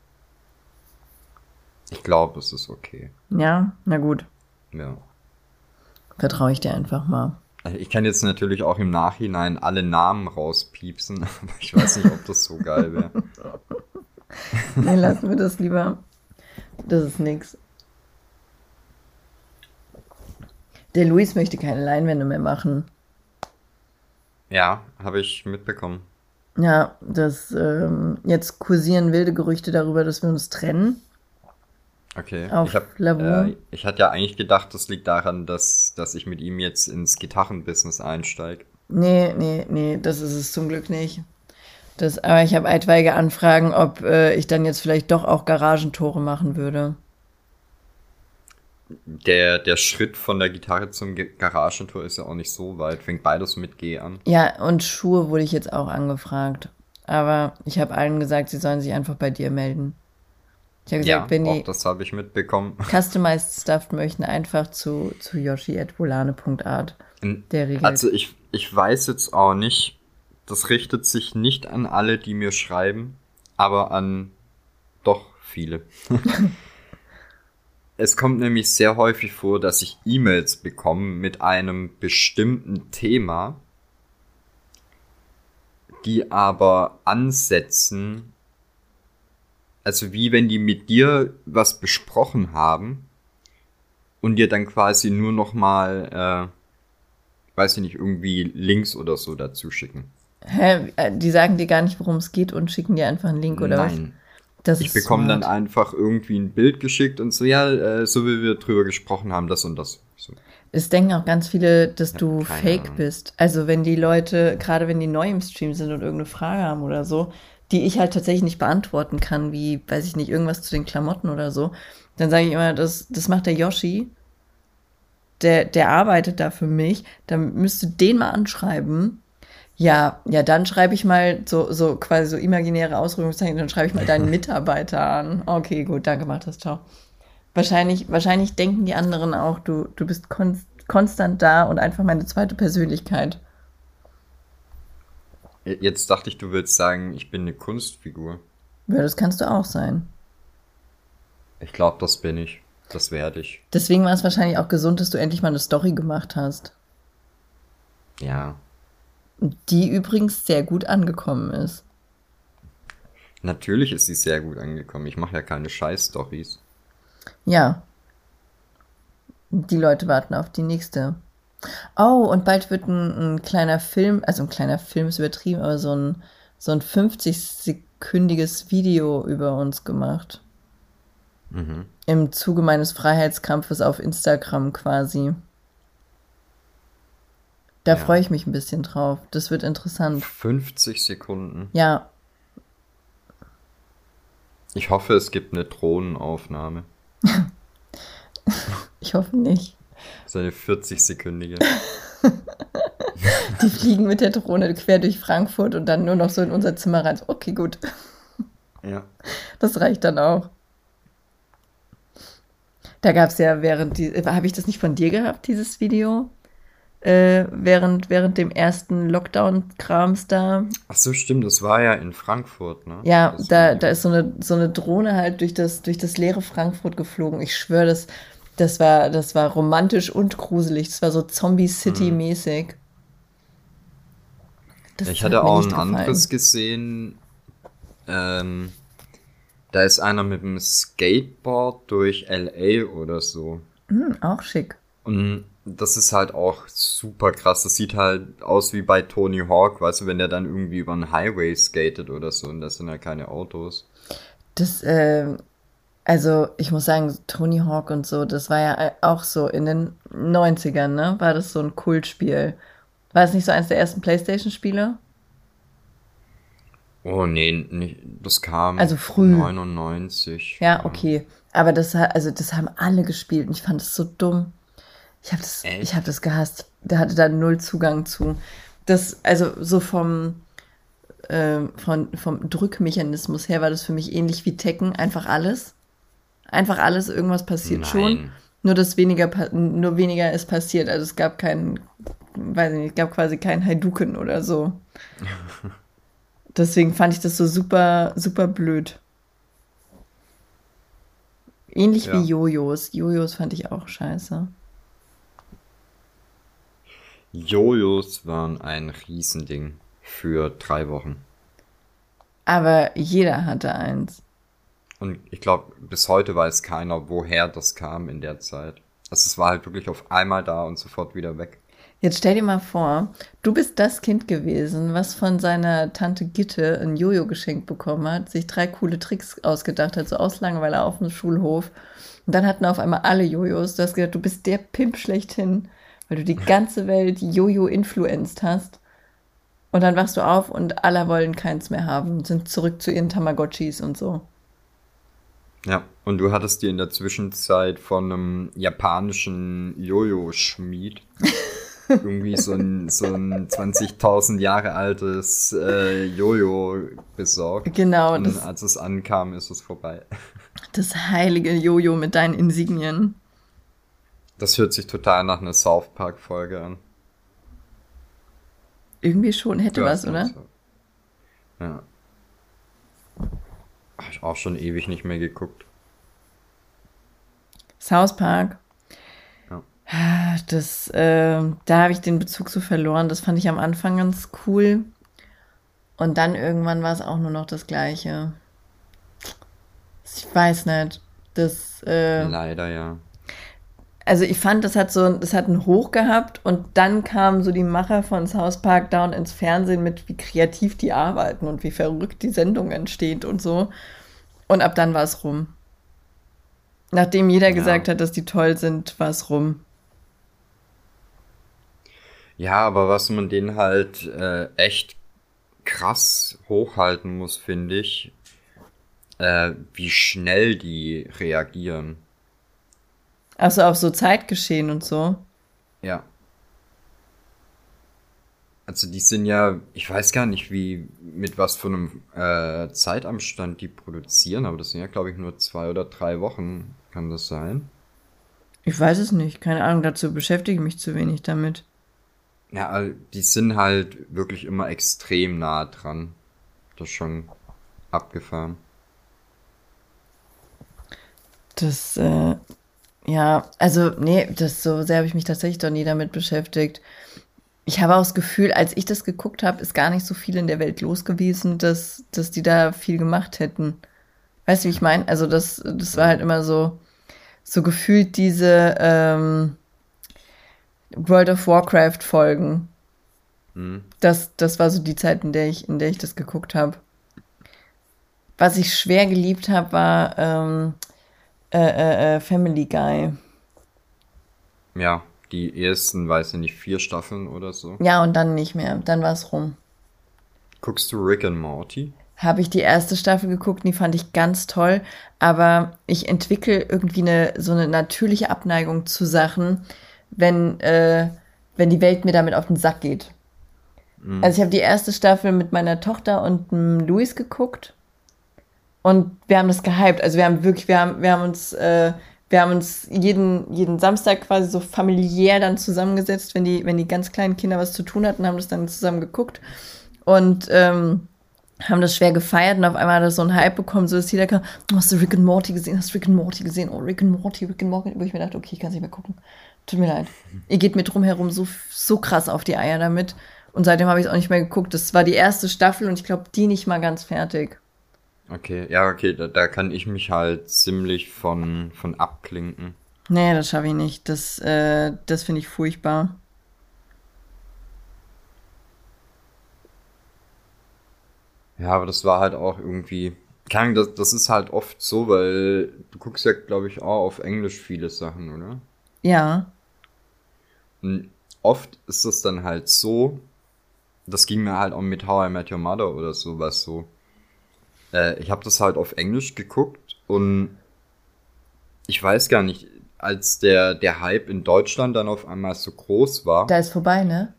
Ich glaube, es ist okay. Ja, na gut. Ja. Vertraue ich dir einfach mal. Also ich kann jetzt natürlich auch im Nachhinein alle Namen rauspiepsen, aber ich weiß nicht, ob das so geil wäre. Nee, lassen wir das lieber. Das ist nix. Der Luis möchte keine Leinwände mehr machen. Ja, habe ich mitbekommen. Ja, jetzt kursieren wilde Gerüchte darüber, dass wir uns trennen. Okay. Auf Lavu. Ich hatte ja eigentlich gedacht, das liegt daran, dass ich mit ihm jetzt ins Gitarrenbusiness einsteige. Nee, das ist es zum Glück nicht. Aber ich habe etwaige Anfragen, ob ich dann jetzt vielleicht doch auch Garagentore machen würde. Der Schritt von der Gitarre zum Garagentor ist ja auch nicht so weit. Fängt beides mit G an. Ja, und Schuhe wurde ich jetzt auch angefragt. Aber ich habe allen gesagt, sie sollen sich einfach bei dir melden. Ich habe gesagt, Ja, wenn auch die das habe ich mitbekommen. customized Stuff möchten, einfach zu yoshi@volane.art. Der regelt. Also ich weiß jetzt auch nicht, das richtet sich nicht an alle, die mir schreiben, aber an doch viele. Es kommt nämlich sehr häufig vor, dass ich E-Mails bekomme mit einem bestimmten Thema, die aber ansetzen, also wie wenn die mit dir was besprochen haben und dir dann quasi nur nochmal, weiß ich nicht, irgendwie Links oder so dazu schicken. Hä? Die sagen dir gar nicht, worum es geht und schicken dir einfach einen Link oder was? Nein. Das Ich ist bekomme dann smart. einfach irgendwie ein Bild geschickt und so, ja, so wie wir drüber gesprochen haben, das und das. So. Es denken auch ganz viele, dass du keine fake Ahnung. bist. Also wenn die Leute, gerade wenn die neu im Stream sind und irgendeine Frage haben oder so, die ich halt tatsächlich nicht beantworten kann, wie, weiß ich nicht, irgendwas zu den Klamotten oder so, Dann sage ich immer, das macht der Yoshi. Der arbeitet da für mich. Dann müsst du den mal anschreiben. Ja, ja, dann schreibe ich mal so quasi so imaginäre Ausrufungszeichen, dann schreibe ich mal deinen Mitarbeiter an. Okay, gut, danke, mach das, ciao. Wahrscheinlich denken die anderen auch, du bist konstant da und einfach meine zweite Persönlichkeit. Jetzt dachte ich, du würdest sagen, ich bin eine Kunstfigur. Ja, das kannst du auch sein. Ich glaube, das bin ich. Das werde ich. Deswegen war es wahrscheinlich auch gesund, dass du endlich mal eine Story gemacht hast. Ja. Die übrigens sehr gut angekommen ist. Natürlich ist sie sehr gut angekommen. Ich mache ja keine Scheiß-Stories. Ja, die Leute warten auf die nächste. Oh, und bald wird ein kleiner Film, also ein kleiner Film ist übertrieben, aber so ein 50-sekündiges Video über uns gemacht. Mhm. Im Zuge meines Freiheitskampfes auf Instagram quasi. Da Ja. freue ich mich ein bisschen drauf. Das wird interessant. 50 Sekunden. Ja, Ich hoffe, es gibt eine Drohnenaufnahme. ich hoffe nicht. So eine 40-sekündige. Die fliegen mit der Drohne quer durch Frankfurt und dann nur noch so in unser Zimmer rein. So, okay, gut. Ja. Das reicht dann auch. Da gab es ja habe ich das nicht von dir gehabt, dieses Video? Während dem ersten Lockdown-Krams da. Ach so, stimmt, das war ja in Frankfurt, ne? Ja, Das da Video. ist so eine Drohne halt durch das leere Frankfurt geflogen. Ich schwöre, das war romantisch und gruselig. Das war so Mhm. Zombie-City-mäßig. Ja, ich Das hat hatte mir auch nicht ein gefallen. anderes gesehen. Ähm, Da ist einer mit dem Skateboard durch LA oder so. Auch schick. Und das ist halt auch super krass. Das sieht halt aus wie bei Tony Hawk, weißt du, wenn der dann irgendwie über einen Highway skatet oder so und das sind halt keine Autos. Das, also ich muss sagen, Tony Hawk und so, das war ja auch so in den 90ern, ne? War das so ein Kultspiel. War es nicht so eins der ersten PlayStation-Spiele? Oh nee, nicht, das kam Also früh. 99. Ja, Ja. okay. Aber das haben alle gespielt und ich fand das so dumm. Ich hab das Echt? gehasst. Der hatte da null Zugang zu. Also so vom Drückmechanismus her war das für mich ähnlich wie Tekken. Einfach alles. Einfach alles, irgendwas passiert schon. Nein. Nur weniger ist passiert. Also es gab weiß ich nicht, es gab quasi keinen Hadouken oder so. Deswegen fand ich das so super, super blöd. Ähnlich wie Ja. Jojos. Jojos fand ich auch scheiße. Jojos waren ein Riesending für 3 Wochen. Aber jeder hatte eins. Und ich glaube, bis heute weiß keiner, woher das kam in der Zeit. Also es war halt wirklich auf einmal da und sofort wieder weg. Jetzt stell dir mal vor, du bist das Kind gewesen, was von seiner Tante Gitte ein Jojo geschenkt bekommen hat, sich 3 coole Tricks ausgedacht hat, so aus Langeweile auf dem Schulhof. Und dann hatten auf einmal alle Jojos. Du hast gedacht, du bist der Pimp schlechthin, weil du die ganze Welt Jojo influenced hast. Und dann wachst du auf und alle wollen keins mehr haben und sind zurück zu ihren Tamagotchis und so. Ja, und du hattest dir in der Zwischenzeit von einem japanischen Jojo-Schmied irgendwie so ein 20.000 Jahre altes Jojo besorgt. Genau, Und das, als es ankam, ist es vorbei. das heilige Jojo mit deinen Insignien. Das hört sich total nach einer South Park-Folge an. Irgendwie schon, hätte Du was, hast mal oder? so. Ja, hab ich auch schon ewig nicht mehr geguckt. South Park. Ja. Da habe ich den Bezug so verloren. Das fand ich am Anfang ganz cool. Und dann irgendwann war es auch nur noch das Gleiche. Ich weiß nicht. Leider ja. Also ich fand, das hat einen Hoch gehabt und dann kamen so die Macher von South Park Down ins Fernsehen mit, wie kreativ die arbeiten und wie verrückt die Sendung entsteht und so. Und ab dann war es rum. Nachdem jeder Ja. gesagt hat, dass die toll sind, war es rum. Ja, aber was man denen halt echt krass hochhalten muss, finde ich, wie schnell die reagieren. Achso, auf so Zeitgeschehen und so. Ja. Also die sind ja, ich weiß gar nicht, mit was für einem Zeitabstand die produzieren, aber das sind ja, glaube ich, nur 2 oder 3 Wochen, kann das sein? Ich weiß es nicht. Keine Ahnung, dazu beschäftige ich mich zu wenig damit. Ja, die sind halt wirklich immer extrem nah dran. Das ist schon abgefahren. Das, ja, also, nee, das so sehr habe ich mich tatsächlich doch nie damit beschäftigt. Ich habe auch das Gefühl, als ich das geguckt habe, ist gar nicht so viel in der Welt los gewesen, dass die da viel gemacht hätten. Weißt du, wie ich meine? Also das war halt immer so gefühlt diese World of Warcraft Folgen. Hm. Das war so die Zeit, in der ich das geguckt habe. Was ich schwer geliebt habe, war Family Guy. Ja, die ersten, weiß ich nicht, 4 Staffeln oder so. Ja, und dann nicht mehr. Dann war es rum. Guckst du Rick and Morty? Habe ich die erste Staffel geguckt, die fand ich ganz toll, aber ich entwickle irgendwie so eine natürliche Abneigung zu Sachen, wenn die Welt mir damit auf den Sack geht. Also ich habe die erste Staffel mit meiner Tochter und Luis geguckt und wir haben das gehypt. Also wir haben uns jeden Samstag quasi so familiär dann zusammengesetzt, wenn die ganz kleinen Kinder was zu tun hatten, haben das dann zusammen geguckt und haben das schwer gefeiert und auf einmal hat das so einen Hype bekommen, so dass jeder kam, oh, hast du Rick and Morty gesehen? Hast du Rick and Morty gesehen? Oh, Rick and Morty, Rick and Morty. Wo ich mir dachte, okay, ich kann es nicht mehr gucken. Tut mir leid. Ihr geht mir drumherum so krass auf die Eier damit. Und seitdem habe ich es auch nicht mehr geguckt. Das war die erste Staffel und ich glaube, die nicht mal ganz fertig. Okay, ja, okay, da kann ich mich halt ziemlich von abklinken. Nee, das schaffe ich nicht. Das finde ich furchtbar. Ja, aber das war halt auch irgendwie. Keine Ahnung, das ist halt oft so, weil du guckst ja, glaube ich, auch auf Englisch viele Sachen, oder? Ja, Und oft ist das dann halt so, das ging mir halt auch mit How I Met Your Mother oder sowas so. Ich habe das halt auf Englisch geguckt und ich weiß gar nicht, als der Hype in Deutschland dann auf einmal so groß war, da ist vorbei, ne?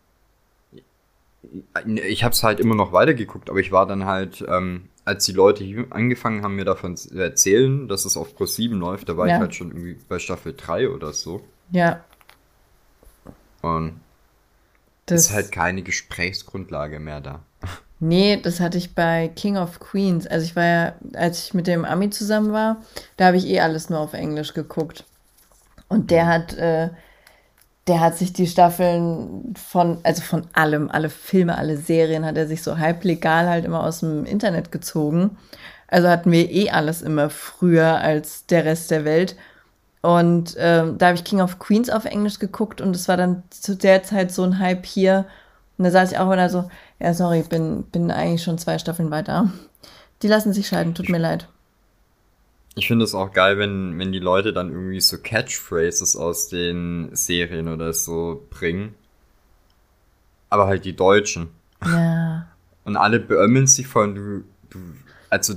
ich habe es halt immer noch weitergeguckt, aber ich war dann halt, als die Leute hier angefangen haben, mir davon zu erzählen, dass es auf Pro7 läuft, da war ich Ja, halt schon irgendwie bei Staffel 3 oder so. ja, Und ist das, halt keine Gesprächsgrundlage mehr da. nee, das hatte ich bei King of Queens. Also ich war ja, als ich mit dem Ami zusammen war, da habe ich eh alles nur auf Englisch geguckt. Und der hat sich die Staffeln also von allem, alle Filme, alle Serien, hat er sich so halblegal halt immer aus dem Internet gezogen. Also hatten wir eh alles immer früher als der Rest der Welt. Und da habe ich King of Queens auf Englisch geguckt und es war dann zu der Zeit so ein Hype hier. Und da saß ich auch immer da so, ja, sorry, bin eigentlich schon 2 Staffeln weiter. Die lassen sich scheiden, tut Ich, mir leid. ich finde es auch geil, wenn die Leute dann irgendwie so Catchphrases aus den Serien oder so bringen. Aber halt die Deutschen. Ja, Und alle beömmeln sich von also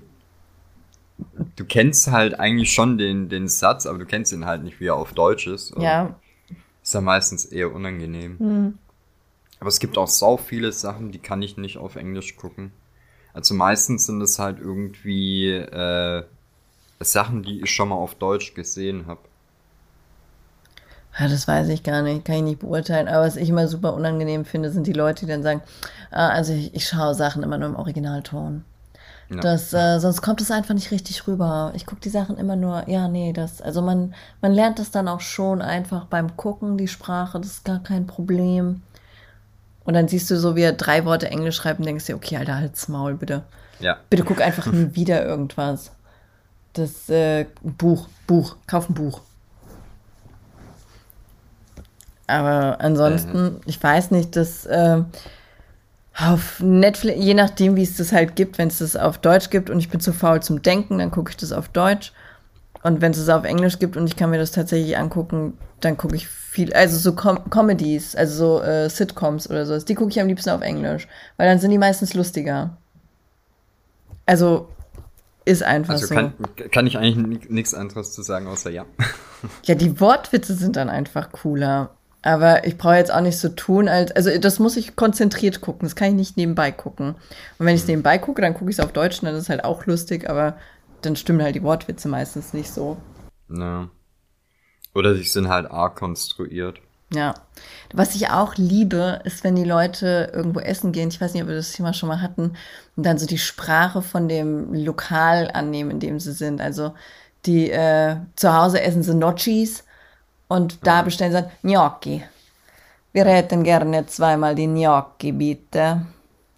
du kennst halt eigentlich schon den Satz, aber du kennst ihn halt nicht, wie er auf Deutsch ist. Und ja, ist ja meistens eher unangenehm. hm, Aber es gibt auch sau viele Sachen, die kann ich nicht auf Englisch gucken. Also meistens sind es halt irgendwie Sachen, die ich schon mal auf Deutsch gesehen habe. ja, das weiß ich gar nicht, kann ich nicht beurteilen. Aber was ich immer super unangenehm finde, sind die Leute, die dann sagen, also ich schaue Sachen immer nur im Originalton. Ja. Sonst kommt es einfach nicht richtig rüber. Ich gucke die Sachen immer nur, ja, nee, also man lernt das dann auch schon einfach beim Gucken, die Sprache, das ist gar kein Problem. Und dann siehst du so, wie er 3 Worte Englisch schreibt und denkst dir, okay, Alter, halt's Maul, bitte. Ja. Bitte guck einfach nie wieder irgendwas. Buch, kauf ein Buch. Aber Äh, ansonsten, ich weiß nicht, auf Netflix, je nachdem, wie es das halt gibt, wenn es das auf Deutsch gibt und ich bin zu faul zum Denken, dann gucke ich das auf Deutsch. Und wenn es es auf Englisch gibt und ich kann mir das tatsächlich angucken, dann gucke ich viel, also so Comedies, also so Sitcoms oder sowas, die gucke ich am liebsten auf Englisch, weil dann sind die meistens lustiger. Also Ist einfach Also so. kann ich eigentlich nichts anderes zu sagen, außer ja. Ja, die Wortwitze sind dann einfach cooler. Aber ich brauche jetzt auch nicht so tun, also das muss ich konzentriert gucken. Das kann ich nicht nebenbei gucken. Und wenn ich es nebenbei gucke, dann gucke ich es auf Deutsch und dann ist es halt auch lustig, aber dann stimmen halt die Wortwitze meistens nicht so. Ja. Oder die sind halt arg konstruiert. Ja. Was ich auch liebe, ist, wenn die Leute irgendwo essen gehen. Ich weiß nicht, ob wir das Thema schon mal hatten. Und dann so die Sprache von dem Lokal annehmen, in dem sie sind. Also die zu Hause essen sie Gnocchis und da bestellen sie dann Gnocchi. Wir hätten gerne zweimal die Gnocchi, bitte.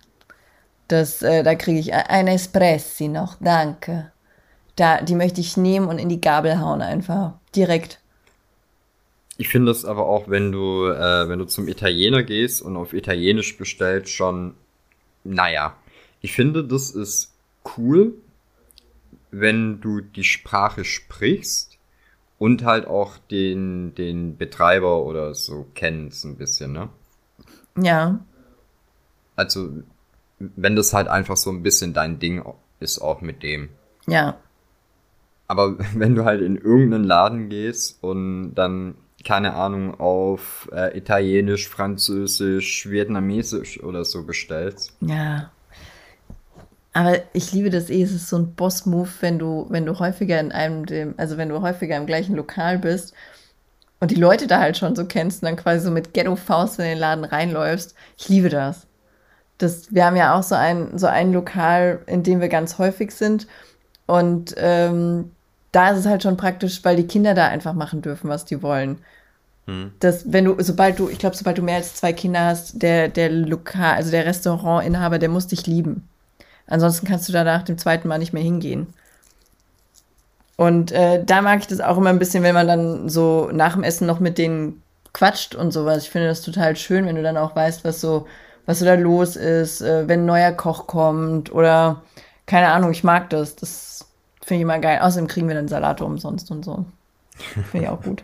Da kriege ich ein Espressi noch, danke. Die möchte ich nehmen und in die Gabel hauen einfach. Direkt. Ich finde das aber auch, wenn du zum Italiener gehst und auf Italienisch bestellst, schon, naja. Ich finde, das ist cool, wenn du die Sprache sprichst und halt auch den Betreiber oder so kennst ein bisschen, ne? Ja. Also, wenn das halt einfach so ein bisschen dein Ding ist, auch mit dem. Ja. Aber wenn du halt in irgendeinen Laden gehst und dann, keine Ahnung, auf Italienisch, Französisch, Vietnamesisch oder so bestellst. Ja. Aber ich liebe das es ist so ein Boss-Move, wenn du häufiger wenn du häufiger im gleichen Lokal bist und die Leute da halt schon so kennst und dann quasi so mit Ghetto-Faust in den Laden reinläufst. Ich liebe das. Wir haben ja auch so ein Lokal, in dem wir ganz häufig sind und da ist es halt schon praktisch, weil die Kinder da einfach machen dürfen, was die wollen. Sobald du mehr als 2 Kinder hast, der Restaurantinhaber, der muss dich lieben. Ansonsten kannst du da nach dem 2. Mal nicht mehr hingehen. Und da mag ich das auch immer ein bisschen, wenn man dann so nach dem Essen noch mit denen quatscht und sowas. Ich finde das total schön, wenn du dann auch weißt, was so da los ist, wenn ein neuer Koch kommt oder keine Ahnung, ich mag das. Das finde ich immer geil. Außerdem kriegen wir dann Salate umsonst und so. Finde ich auch gut.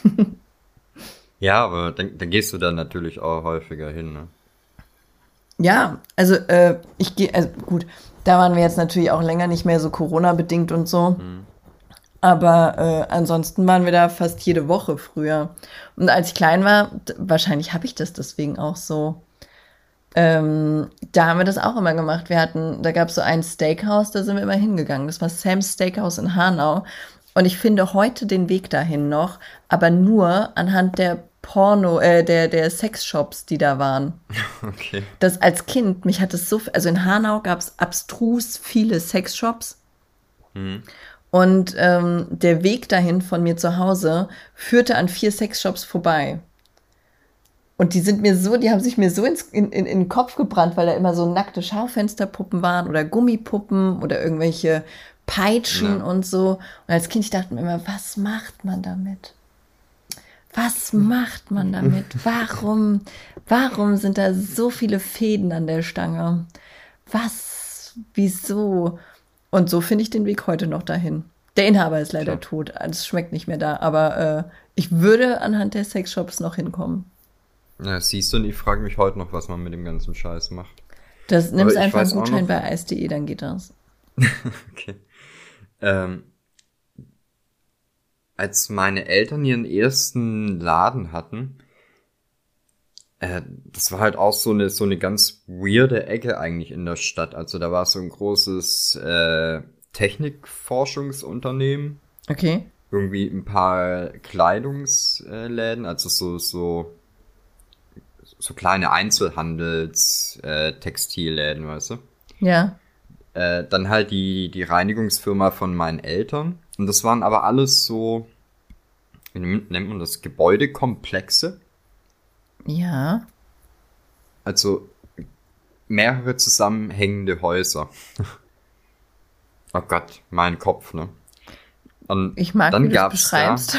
Ja, aber dann gehst du dann natürlich auch häufiger hin, ne? Ja, also gut, da waren wir jetzt natürlich auch länger nicht mehr so Corona-bedingt und so. Aber ansonsten waren wir da fast jede Woche früher. Und als ich klein war, wahrscheinlich habe ich das deswegen auch so. Da haben wir das auch immer gemacht. Da gab es so ein Steakhouse, da sind wir immer hingegangen. Das war Sam's Steakhouse in Hanau. Und ich finde heute den Weg dahin noch, aber nur anhand der der Sexshops, die da waren. Okay. Das als Kind, mich hat es also in Hanau gab es abstrus viele Sexshops. Und der Weg dahin von mir zu Hause führte an 4 Sexshops vorbei. Und die haben sich mir so in den Kopf gebrannt, weil da immer so nackte Schaufensterpuppen waren oder Gummipuppen oder irgendwelche Peitschen und so. Und als Kind, ich dachte mir immer, was macht man damit? Was macht man damit? Warum sind da so viele Fäden an der Stange? Wieso? Und so finde ich den Weg heute noch dahin. Der Inhaber ist leider tot, es schmeckt nicht mehr da, aber ich würde anhand der Sexshops noch hinkommen. Ja, siehst du, und ich frage mich heute noch, was man mit dem ganzen Scheiß macht. Nimmst einfach einen Gutschein bei Eis.de, dann geht das. Okay. Als meine Eltern ihren ersten Laden hatten, das war halt auch so eine ganz weirde Ecke eigentlich in der Stadt. Also da war so ein großes Technikforschungsunternehmen. Okay. Irgendwie ein paar Kleidungsläden, also so kleine Textilläden, weißt du? Ja. Dann halt die Reinigungsfirma von meinen Eltern. Und das waren aber alles so, wie nennt man das, Gebäudekomplexe. Ja. Also mehrere zusammenhängende Häuser. Oh Gott, mein Kopf, ne? Und ich mag, dann wie du es beschreibst.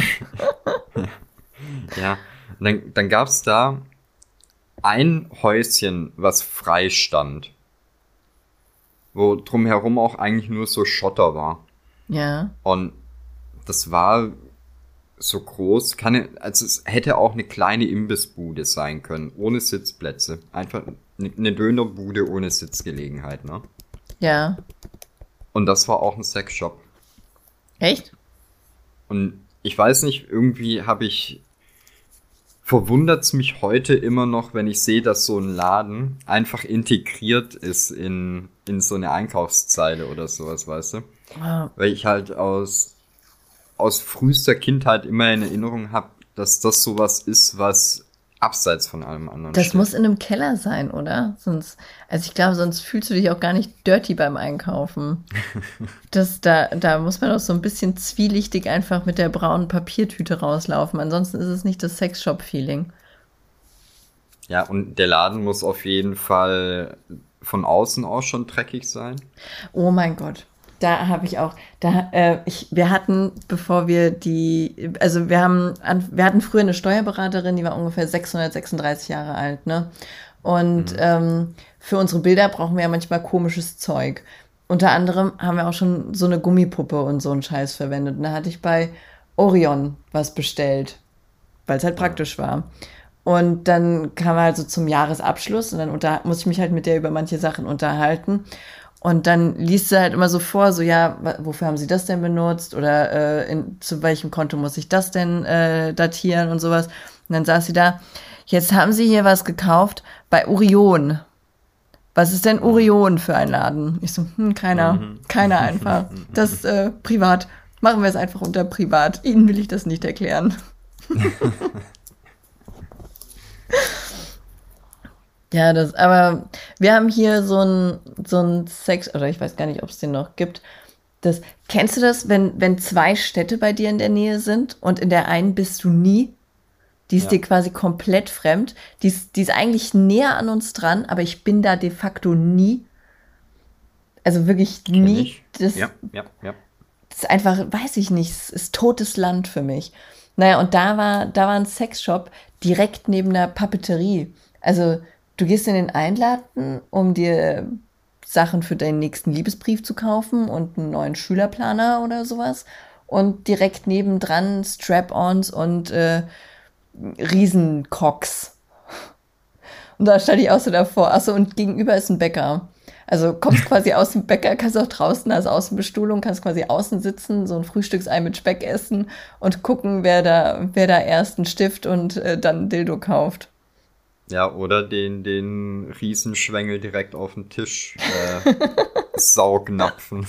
Ja, dann gab's da ein Häuschen, was frei stand. Wo drumherum auch eigentlich nur so Schotter war. Ja. Und das war so groß, also es hätte auch eine kleine Imbissbude sein können, ohne Sitzplätze. Einfach eine Dönerbude ohne Sitzgelegenheit, ne? Ja. Und das war auch ein Sexshop. Echt? Und ich weiß nicht, irgendwie verwundert's mich heute immer noch, wenn ich sehe, dass so ein Laden einfach integriert ist in so eine Einkaufszeile oder sowas, weißt du? Ah, Weil ich halt aus frühester Kindheit immer in Erinnerung habe, dass das sowas ist, was abseits von allem anderen das steht. muss in einem Keller sein, oder? Also ich glaube, sonst fühlst du dich auch gar nicht dirty beim Einkaufen. Da muss man doch so ein bisschen zwielichtig einfach mit der braunen Papiertüte rauslaufen. Ansonsten ist es nicht das Sexshop-Feeling. Ja, und der Laden muss auf jeden Fall von außen auch schon dreckig sein. Oh mein Gott. Da habe ich auch, wir hatten, wir hatten früher eine Steuerberaterin, die war ungefähr 636 Jahre alt, ne? Und für unsere Bilder brauchen wir ja manchmal komisches Zeug. Unter anderem haben wir auch schon so eine Gummipuppe und so einen Scheiß verwendet. Und da hatte ich bei Orion was bestellt, weil es halt Ja. praktisch war. Und dann kam er also zum Jahresabschluss und dann musste ich mich halt mit der über manche Sachen unterhalten. Und dann liest sie halt immer so vor, so ja, wofür haben sie das denn benutzt oder zu welchem Konto muss ich das denn datieren und sowas. Und dann saß sie da, jetzt haben sie hier was gekauft bei Orion. Was ist denn Orion für ein Laden? Ich so, keiner einfach. Das privat. Machen wir es einfach unter privat. Ihnen will ich das nicht erklären. Ja, aber wir haben hier so ein Sex, oder ich weiß gar nicht, ob es den noch gibt. Kennst du das, wenn zwei Städte bei dir in der Nähe sind und in der einen bist du nie? Die ist dir Ja, quasi komplett fremd. Die ist eigentlich näher an uns dran, aber ich bin da de facto nie. Also wirklich kenne nie. ich. Das, Ja, ja, ja. das ist einfach, weiß ich nicht, es ist totes Land für mich. Naja, und da war ein Sexshop direkt neben der Papeterie. Also, du gehst in den Einladen, um dir Sachen für deinen nächsten Liebesbrief zu kaufen und einen neuen Schülerplaner oder sowas. Und direkt nebendran Strap-ons und Riesencocks. Und da stand ich auch so davor. Achso, und gegenüber ist ein Bäcker. Also kommst quasi aus dem Bäcker, kannst auch draußen als Außenbestuhlung, kannst quasi außen sitzen, so ein Frühstücksei mit Speck essen und gucken, wer da erst einen Stift und dann ein Dildo kauft. Ja, oder den Riesenschwengel direkt auf den Tisch saugnapfen.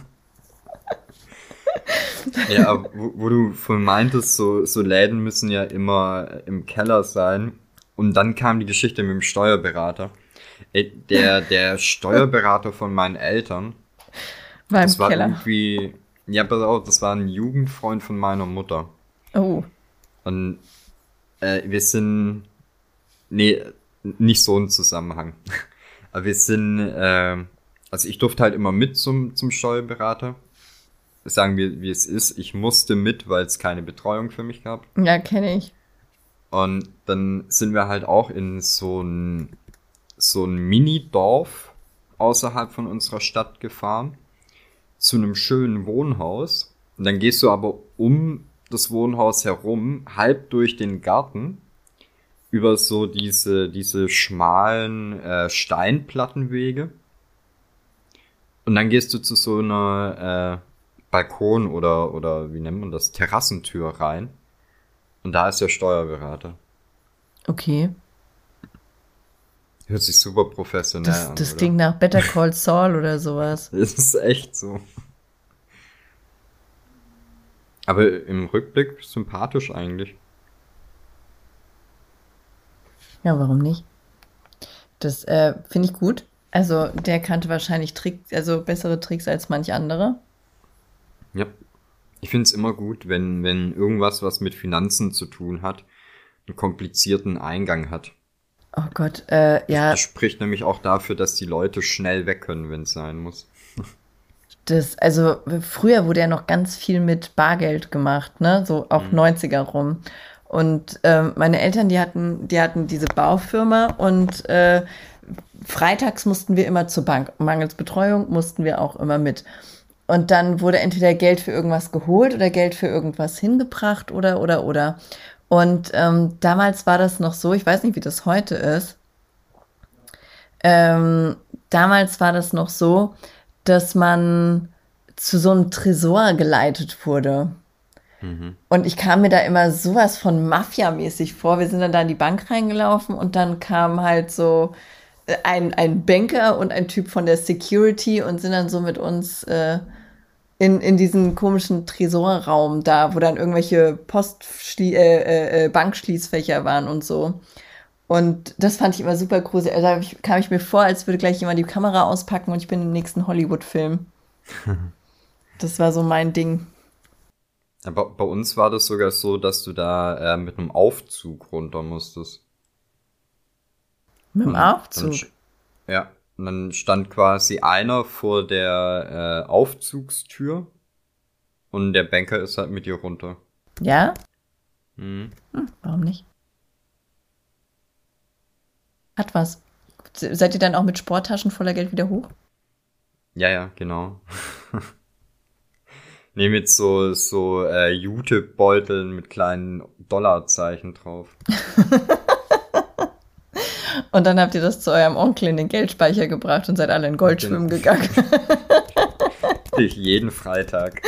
Ja, aber wo du von meintest, so Läden müssen ja immer im Keller sein. Und dann kam die Geschichte mit dem Steuerberater. Der Steuerberater von meinen Eltern, War im das war Keller. irgendwie, ja, pass auf, das war ein Jugendfreund von meiner Mutter. Oh, Und wir sind, nee, nicht so ein Zusammenhang. Aber wir sind, also ich durfte halt immer mit zum Steuerberater. Sagen wir, wie es ist. Ich musste mit, weil es keine Betreuung für mich gab. ja, kenne ich. Und dann sind wir halt auch in so ein Mini-Dorf außerhalb von unserer Stadt gefahren. Zu einem schönen Wohnhaus. Und dann gehst du aber um das Wohnhaus herum, halb durch den Garten, über so diese schmalen Steinplattenwege. Und dann gehst du zu so einer Balkon oder wie nennt man das, Terrassentür rein. Und da ist der Steuerberater. Okay. Hört sich super professionell Das, an, das oder? klingt nach Better Call Saul oder sowas. Das ist echt so. Aber im Rückblick sympathisch eigentlich. Ja, warum nicht? Das finde ich gut. Also der kannte wahrscheinlich also bessere Tricks als manch andere. Ja. Ich finde es immer gut, wenn irgendwas, was mit Finanzen zu tun hat, einen komplizierten Eingang hat. Oh Gott, Das ja, spricht nämlich auch dafür, dass die Leute schnell weg können, wenn es sein muss. also früher wurde ja noch ganz viel mit Bargeld gemacht, ne? So auch Mhm. 90er rum. Und meine Eltern, die hatten diese Baufirma und freitags mussten wir immer zur Bank. Mangels Betreuung mussten wir auch immer mit. Und dann wurde entweder Geld für irgendwas geholt oder Geld für irgendwas hingebracht oder. Und damals war das noch so, ich weiß nicht, wie das heute ist. Ähm, Damals war das noch so, dass man zu so einem Tresor geleitet wurde. Und ich kam mir da immer sowas von Mafia-mäßig vor. Wir sind dann da in die Bank reingelaufen und dann kam halt so ein Banker und ein Typ von der Security und sind dann so mit uns in diesen komischen Tresorraum da, wo dann irgendwelche Bankschließfächer waren und so. Und das fand ich immer super gruselig. Also kam ich mir vor, als würde gleich jemand die Kamera auspacken und ich bin im nächsten Hollywood-Film. Das war so mein Ding. Aber bei uns war das sogar so, dass du da mit einem Aufzug runter musstest. Mit dem Aufzug? Ja, und dann stand quasi einer vor der Aufzugstür und der Banker ist halt mit dir runter. Ja? Warum nicht? Hat was. Seid ihr dann auch mit Sporttaschen voller Geld wieder hoch? Ja, genau. Nee, mit so Jutebeuteln mit kleinen Dollarzeichen drauf. Und dann habt ihr das zu eurem Onkel in den Geldspeicher gebracht und seid alle in Gold schwimmen gegangen. Jeden Freitag.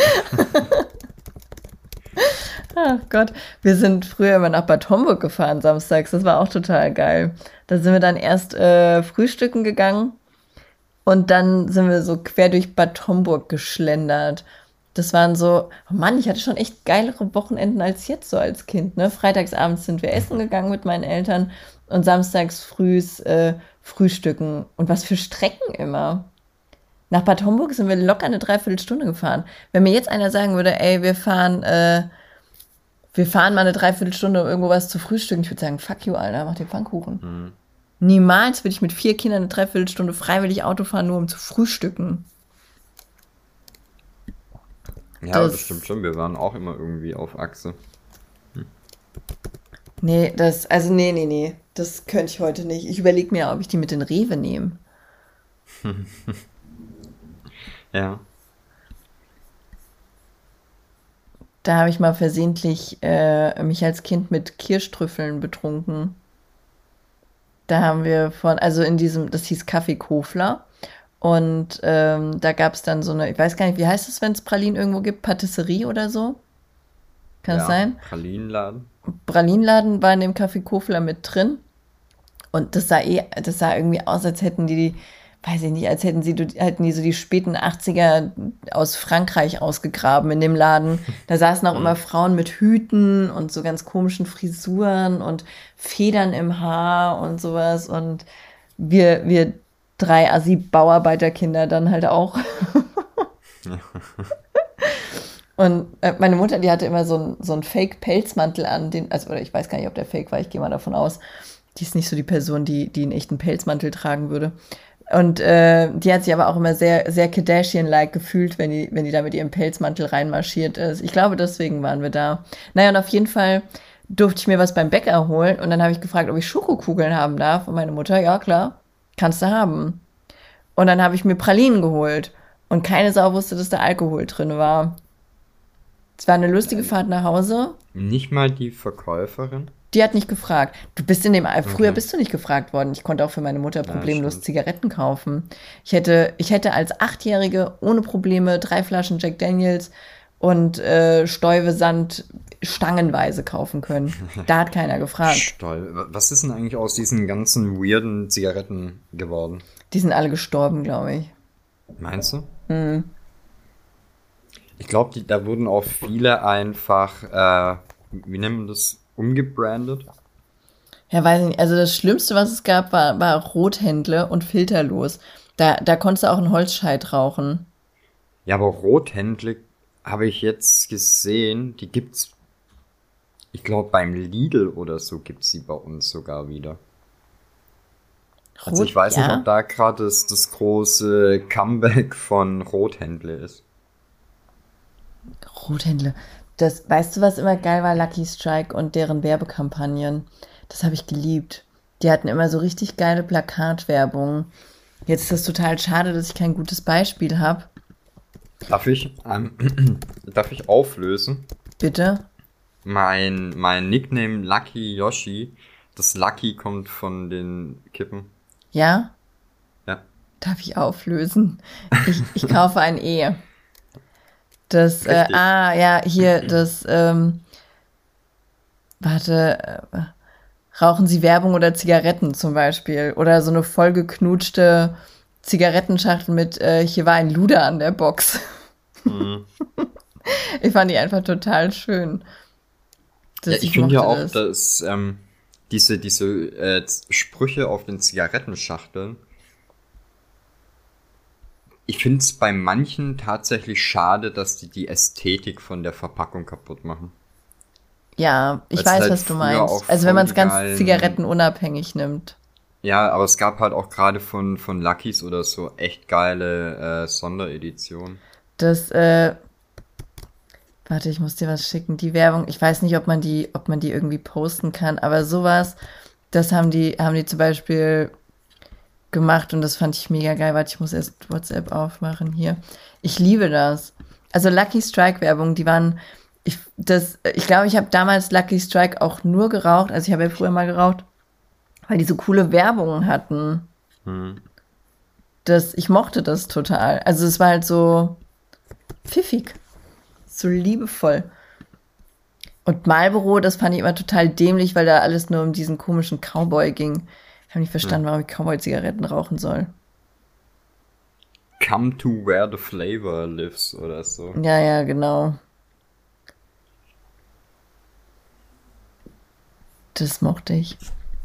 Ach Gott, wir sind früher immer nach Bad Homburg gefahren samstags. Das war auch total geil. Da sind wir dann erst frühstücken gegangen und dann sind wir so quer durch Bad Homburg geschlendert. Das waren so, oh Mann, ich hatte schon echt geilere Wochenenden als jetzt so als Kind. Ne? Freitagsabends sind wir essen gegangen mit meinen Eltern und samstags frühs frühstücken. Und was für Strecken immer. Nach Bad Homburg sind wir locker eine Dreiviertelstunde gefahren. Wenn mir jetzt einer sagen würde, ey, wir fahren mal eine Dreiviertelstunde, um irgendwo was zu frühstücken, ich würde sagen, fuck you, Alter, mach dir Pfannkuchen. Niemals würde ich mit 4 Kindern eine Dreiviertelstunde freiwillig Auto fahren, nur um zu frühstücken. Ja, das stimmt schon. Wir waren auch immer irgendwie auf Achse. Nee, nee. Das könnte ich heute nicht. Ich überlege mir, ob ich die mit in Rewe nehme. Ja. Da habe ich mal versehentlich mich als Kind mit Kirschtrüffeln betrunken. Da haben wir das hieß Kaffee Kofler. Und da gab es dann so eine, ich weiß gar nicht, wie heißt es, wenn es Pralinen irgendwo gibt? Patisserie oder so? Kann es sein? Pralinenladen. Pralinenladen war in dem Café Kofler mit drin. Und das sah irgendwie aus, als hätten die, weiß ich nicht, hätten die so die späten 80er aus Frankreich ausgegraben in dem Laden. Da saßen auch immer Frauen mit Hüten und so ganz komischen Frisuren und Federn im Haar und sowas. Und wir 3 Assi-Bauarbeiterkinder dann halt auch. Und meine Mutter, die hatte immer so einen Fake-Pelzmantel an, oder ich weiß gar nicht, ob der fake war, ich gehe mal davon aus. Die ist nicht so die Person, die einen echten Pelzmantel tragen würde. Und die hat sich aber auch immer sehr, sehr Kardashian-like gefühlt, wenn die da mit ihrem Pelzmantel reinmarschiert ist. Ich glaube, deswegen waren wir da. Naja, und auf jeden Fall durfte ich mir was beim Bäcker holen und dann habe ich gefragt, ob ich Schokokugeln haben darf. Und meine Mutter, ja klar, kannst du haben. Und dann habe ich mir Pralinen geholt. Und keine Sau wusste, dass da Alkohol drin war. Es war eine lustige Fahrt nach Hause. Nicht mal die Verkäuferin? Die hat nicht gefragt. Früher bist du nicht gefragt worden. Ich konnte auch für meine Mutter problemlos Zigaretten kaufen. Ich hätte als 8-Jährige ohne Probleme 3 Flaschen Jack Daniels und Stäubesand stangenweise kaufen können. Da hat keiner gefragt. Was ist denn eigentlich aus diesen ganzen weirden Zigaretten geworden? Die sind alle gestorben, glaube ich. Meinst du? Ich glaube, da wurden auch viele einfach, wie nennt man das, umgebrandet. Ja, weiß ich nicht. Also das Schlimmste, was es gab, war Rothändle und filterlos. Da konntest du auch einen Holzscheit rauchen. Ja, aber Rothändle habe ich jetzt gesehen, die gibt's, ich glaube beim Lidl oder so gibt's die bei uns sogar wieder. Also ich weiß nicht, ob da gerade das große Comeback von Rothändle ist. Rothändle. Weißt du, was immer geil war? Lucky Strike und deren Werbekampagnen. Das habe ich geliebt. Die hatten immer so richtig geile Plakatwerbung. Jetzt ist das total schade, dass ich kein gutes Beispiel habe. Darf ich auflösen? Bitte? Mein Nickname Lucky Yoshi, das Lucky kommt von den Kippen. Ja? Ja. Darf ich auflösen? Ich kaufe ein E. Das, Richtig. ja, hier, das, warte, rauchen Sie Werbung oder Zigaretten zum Beispiel? Oder so eine vollgeknutschte Zigarettenschachtel mit, hier war ein Luder an der Box. Mhm. Ich fand die einfach total schön. Ja, Ich ich finde ja mochte auch, das. dass diese Sprüche auf den Zigarettenschachteln, ich finde es bei manchen tatsächlich schade, dass die Ästhetik von der Verpackung kaputt machen. Ja, Weil ich es weiß, halt was du früher auch meinst. Also wenn voll man es die ganz geilen. zigarettenunabhängig nimmt. Ja, aber es gab halt auch gerade von Lucky's oder so echt geile Sondereditionen. Das, warte, ich muss dir was schicken. Die Werbung, ich weiß nicht, ob man die irgendwie posten kann, aber sowas, das haben die zum Beispiel gemacht und das fand ich mega geil. Warte, ich muss erst WhatsApp aufmachen hier. Ich liebe das. Also Lucky Strike Werbung, die waren, ich glaube, ich habe damals Lucky Strike auch nur geraucht, also ich habe ja früher mal geraucht, weil die so coole Werbungen hatten. Hm. Ich mochte das total. Also es war halt so pfiffig, so liebevoll. Und Marlboro, das fand ich immer total dämlich, weil da alles nur um diesen komischen Cowboy ging. Ich habe nicht Hm. verstanden, warum ich Cowboy-Zigaretten rauchen soll. Come to where the flavor lives oder so. Ja, ja, genau. Das mochte ich.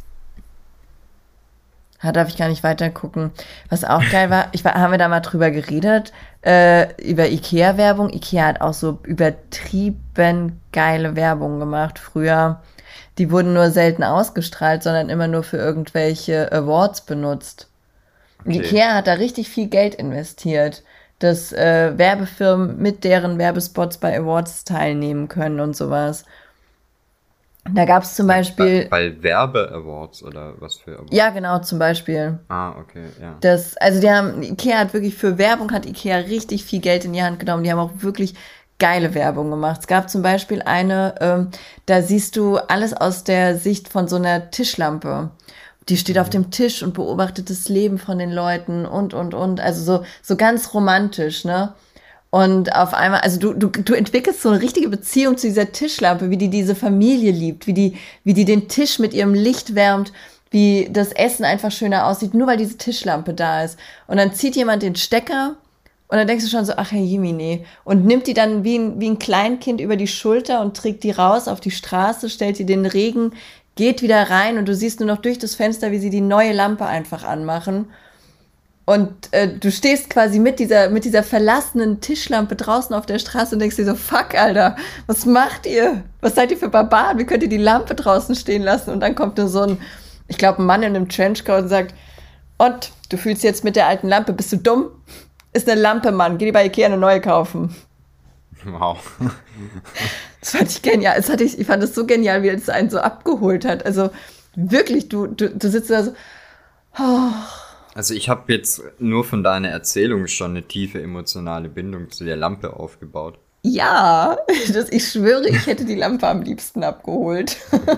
Darf ich gar nicht weiter gucken. Was auch geil war, haben wir da mal drüber geredet, über Ikea-Werbung. Ikea hat auch so übertrieben geile Werbung gemacht früher. Die wurden nur selten ausgestrahlt, sondern immer nur für irgendwelche Awards benutzt. Und Okay. Ikea hat da richtig viel Geld investiert, dass Werbefirmen mit deren Werbespots bei Awards teilnehmen können und sowas. Da gab es zum Beispiel, Bei Werbe-Awards oder was für Awards? ja genau, zum Beispiel. Ah, okay, ja. Also Ikea hat wirklich für Werbung, hat Ikea richtig viel Geld in die Hand genommen. Die haben auch wirklich geile Werbung gemacht. Es gab zum Beispiel eine, da siehst du alles aus der Sicht von so einer Tischlampe. Die steht auf Mhm. dem Tisch und beobachtet das Leben von den Leuten und. Also so ganz romantisch, ne? Und auf einmal, also du entwickelst so eine richtige Beziehung zu dieser Tischlampe, wie die diese Familie liebt, wie die den Tisch mit ihrem Licht wärmt, wie das Essen einfach schöner aussieht, nur weil diese Tischlampe da ist. Und dann zieht jemand den Stecker und dann denkst du schon so, ach Herr Jemine, und nimmt die dann wie ein Kleinkind über die Schulter und trägt die raus auf die Straße, stellt die den Regen, geht wieder rein und du siehst nur noch durch das Fenster, wie sie die neue Lampe einfach anmachen. Und du stehst quasi mit dieser verlassenen Tischlampe draußen auf der Straße und denkst dir so, fuck, Alter, was macht ihr? Was seid ihr für Barbaren? Wie könnt ihr die Lampe draußen stehen lassen? Und dann kommt nur so ich glaube, ein Mann in einem Trenchcoat und sagt, und, du fühlst jetzt mit der alten Lampe, bist du dumm? Ist eine Lampe, Mann, geh dir bei Ikea eine neue kaufen. Wow. Das fand ich genial. Ich fand es so genial, wie es einen so abgeholt hat. Also wirklich, du sitzt da so, oh, Also ich habe jetzt nur von deiner Erzählung schon eine tiefe emotionale Bindung zu der Lampe aufgebaut. ja, ich schwöre, ich hätte die Lampe am liebsten abgeholt.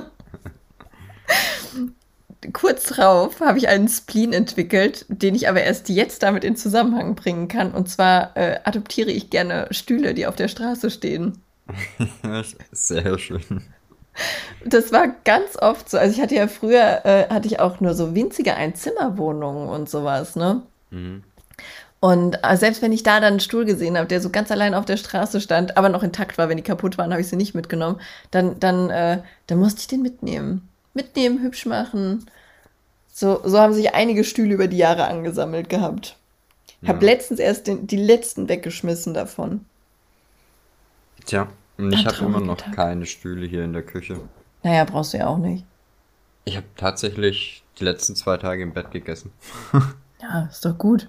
Kurz drauf habe ich einen Spleen entwickelt, den ich aber erst jetzt damit in Zusammenhang bringen kann. Und zwar adoptiere ich gerne Stühle, die auf der Straße stehen. Sehr schön. Das war ganz oft so. Also ich hatte ja früher, hatte ich auch nur so winzige Einzimmerwohnungen und sowas, ne? Mhm. Und selbst wenn ich da dann einen Stuhl gesehen habe, der so ganz allein auf der Straße stand, aber noch intakt war, wenn die kaputt waren, habe ich sie nicht mitgenommen, dann musste ich den mitnehmen. Mitnehmen, hübsch machen. So haben sich einige Stühle über die Jahre angesammelt gehabt. Ich habe Ja. letztens erst die letzten weggeschmissen davon. Tja, und Ein ich habe immer trauriger noch Tag. keine Stühle hier in der Küche. Naja, brauchst du ja auch nicht. Ich habe tatsächlich die letzten 2 Tage im Bett gegessen. Ja, ist doch gut.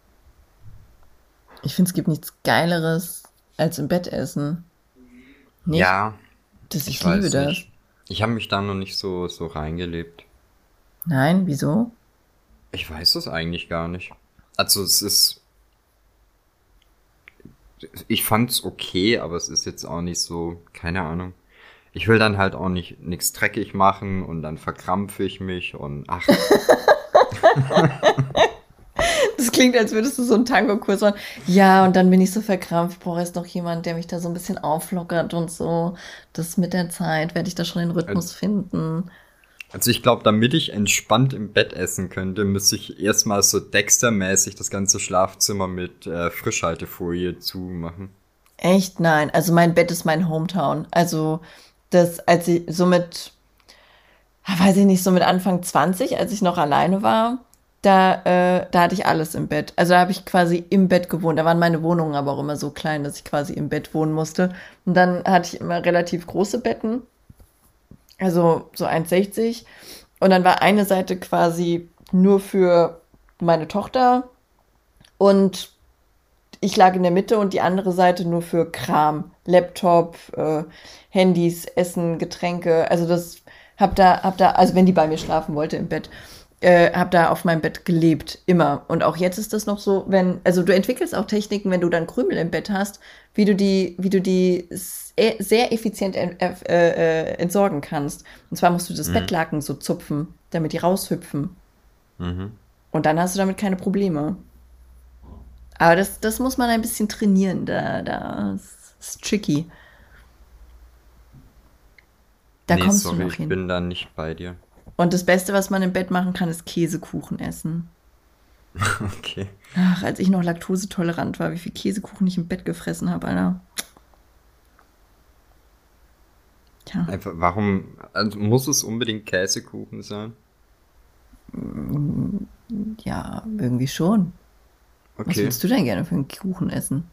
Ich finde, es gibt nichts Geileres als im Bett essen. Nicht? Ja, Ich ich liebe weiß das. nicht. Ich habe mich da noch nicht so reingelebt. Nein, wieso? Ich weiß das eigentlich gar nicht. Also es ist, ich fand's okay, aber es ist jetzt auch nicht so, keine Ahnung. Ich will dann halt auch nicht nichts dreckig machen und dann verkrampfe ich mich und ach, Das klingt klingt, als würdest du so einen Tango-Kurs machen. Ja, und dann bin ich so verkrampft. Ich brauche jetzt noch jemand, der mich da so ein bisschen auflockert und so. Das mit der Zeit werde ich da schon den Rhythmus finden. Also ich glaube, damit ich entspannt im Bett essen könnte, müsste ich erstmal so Dexter-mäßig das ganze Schlafzimmer mit Frischhaltefolie zumachen. Echt? Nein. Also mein Bett ist mein Hometown. Also als ich so weiß ich nicht, so mit Anfang 20, als ich noch alleine war, da hatte ich alles im Bett. Also da habe ich quasi im Bett gewohnt. Da waren meine Wohnungen aber auch immer so klein, dass ich quasi im Bett wohnen musste. Und dann hatte ich immer relativ große Betten, also so 1,60. Und dann war eine Seite quasi nur für meine Tochter und ich lag in der Mitte und die andere Seite nur für Kram. Laptop, Handys, Essen, Getränke. Also also wenn die bei mir schlafen wollte im Bett, hab da auf meinem Bett gelebt, immer. Und auch jetzt ist das noch so, also du entwickelst auch Techniken, wenn du dann Krümel im Bett hast, wie du die sehr effizient entsorgen kannst. Und zwar musst du das Bettlaken so zupfen, damit die raushüpfen. Mhm. Und dann hast du damit keine Probleme. Aber das muss man ein bisschen trainieren. Das ist tricky. Da Nee, kommst du sorry, noch ich hin. bin da nicht bei dir. Und das Beste, was man im Bett machen kann, ist Käsekuchen essen. Okay. Ach, als ich noch laktosetolerant war, wie viel Käsekuchen ich im Bett gefressen habe, Alter. Tja, Einfach, warum, also muss es unbedingt Käsekuchen sein? ja, irgendwie schon. Was Okay. würdest du denn gerne für einen Kuchen essen?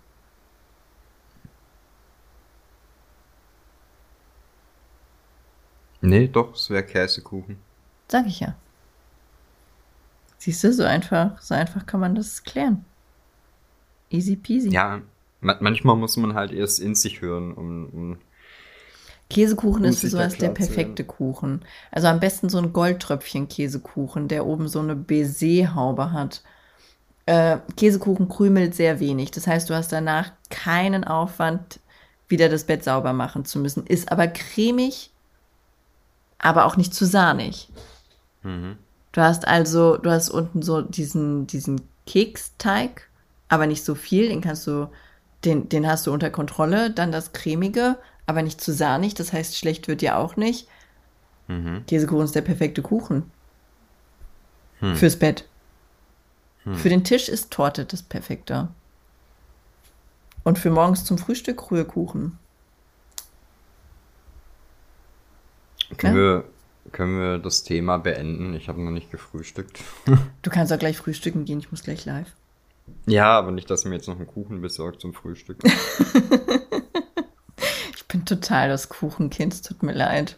Nee, doch, es wäre Käsekuchen. Sag ich ja. Siehst du, so einfach kann man das klären. Easy peasy. Ja, manchmal muss man halt erst in sich hören, Käsekuchen um ist für sich da sowas der klar zu werden. perfekte Kuchen. Also am besten so ein Goldtröpfchen Käsekuchen, der oben so eine Baiser-Haube hat. Käsekuchen krümelt sehr wenig. Das heißt, du hast danach keinen Aufwand, wieder das Bett sauber machen zu müssen. Ist aber cremig, aber auch nicht zu sahnig. Mhm. Du hast unten so diesen Keksteig, aber nicht so viel. Den hast du unter Kontrolle. Dann das cremige, aber nicht zu sahnig. Das heißt, schlecht wird dir auch nicht. Mhm. Käsekuchen ist der perfekte Kuchen. Hm. Fürs Bett. Für den Tisch ist Torte das perfekte. Und für morgens zum Frühstück Rührkuchen. Können Ja? wir, können wir das Thema beenden? Ich habe noch nicht gefrühstückt. Du kannst auch gleich frühstücken gehen, ich muss gleich live. Ja, aber nicht, dass ihr mir jetzt noch einen Kuchen besorgt zum Frühstück. Ich bin total das Kuchenkind, es tut mir leid.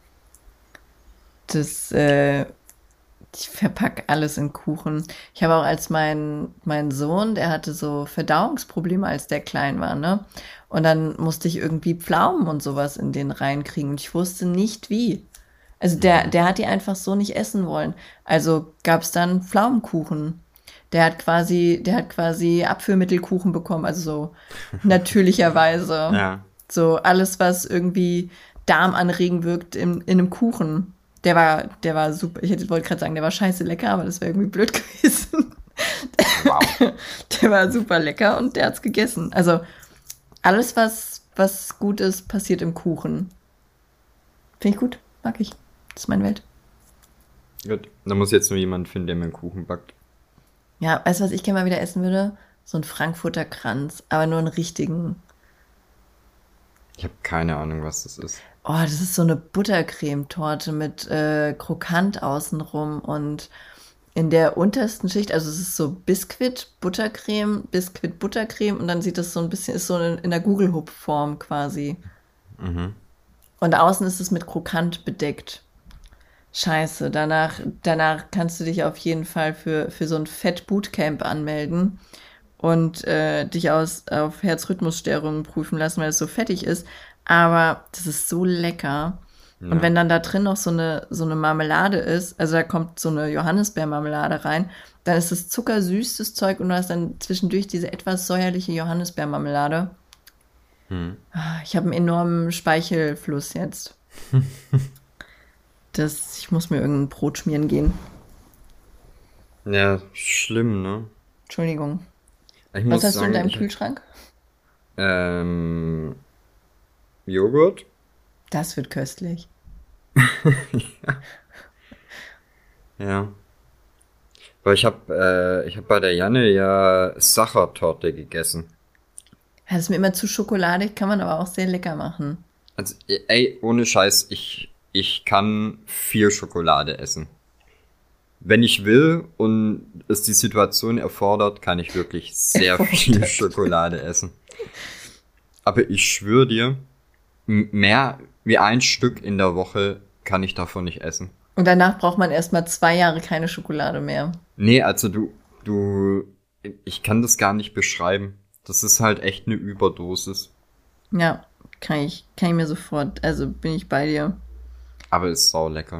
Das, ich verpack alles in Kuchen. Ich habe auch als mein Sohn, der hatte so Verdauungsprobleme, als der klein war, ne? Und dann musste ich irgendwie Pflaumen und sowas in den reinkriegen und ich wusste nicht wie. Also der hat die einfach so nicht essen wollen. Also gab's dann Pflaumenkuchen. Der hat quasi Abführmittelkuchen bekommen, also so natürlicherweise. Ja. So alles, was irgendwie darmanregend wirkt in einem Kuchen. Der war super. Wollte gerade sagen, der war scheiße lecker, aber das wäre irgendwie blöd gewesen. Wow. Der war super lecker und der hat's gegessen. Also alles, was gut ist, passiert im Kuchen. Finde ich gut. Mag ich. Das ist meine Welt. Gut. Da muss jetzt nur jemand finden, der mir einen Kuchen backt. Ja, weißt du, was ich gerne mal wieder essen würde? So ein Frankfurter Kranz, aber nur einen richtigen. Ich habe keine Ahnung, was das ist. Oh, das ist so eine Buttercremetorte mit Krokant außenrum und in der untersten Schicht, also es ist so Biskuit, Buttercreme und dann sieht das so ein bisschen, ist so in der Gugelhupfform quasi. Mhm. Und außen ist es mit Krokant bedeckt. Scheiße, danach kannst du dich auf jeden Fall für so ein Fett-Bootcamp anmelden und dich auf Herzrhythmusstörungen prüfen lassen, weil es so fettig ist. Aber das ist so lecker. Und Ja. wenn dann da drin noch so eine Marmelade ist, also da kommt so eine Johannisbeermarmelade rein, dann ist es zuckersüß, das Zeug, und du hast dann zwischendurch diese etwas säuerliche Johannisbeermarmelade. Hm. Ich habe einen enormen Speichelfluss jetzt. Ich muss mir irgendein Brot schmieren gehen. Ja, schlimm, ne? Entschuldigung. Ich Was muss hast du in sagen, deinem Kühlschrank? ähm, Joghurt. Das wird köstlich. Ja. Aber ich hab bei der Janne ja Sachertorte gegessen. Das ist mir immer zu schokoladig, kann man aber auch sehr lecker machen. Also, ey, ohne Scheiß, ich kann viel Schokolade essen. Wenn ich will und es die Situation erfordert, kann ich wirklich sehr viel Erfordert. Schokolade essen. Aber ich schwöre dir, mehr wie ein Stück in der Woche kann ich davon nicht essen. Und danach braucht man erstmal 2 Jahre keine Schokolade mehr. Nee, also ich kann das gar nicht beschreiben. Das ist halt echt eine Überdosis. Ja, kann ich mir sofort, also bin ich bei dir. Aber ist sau lecker.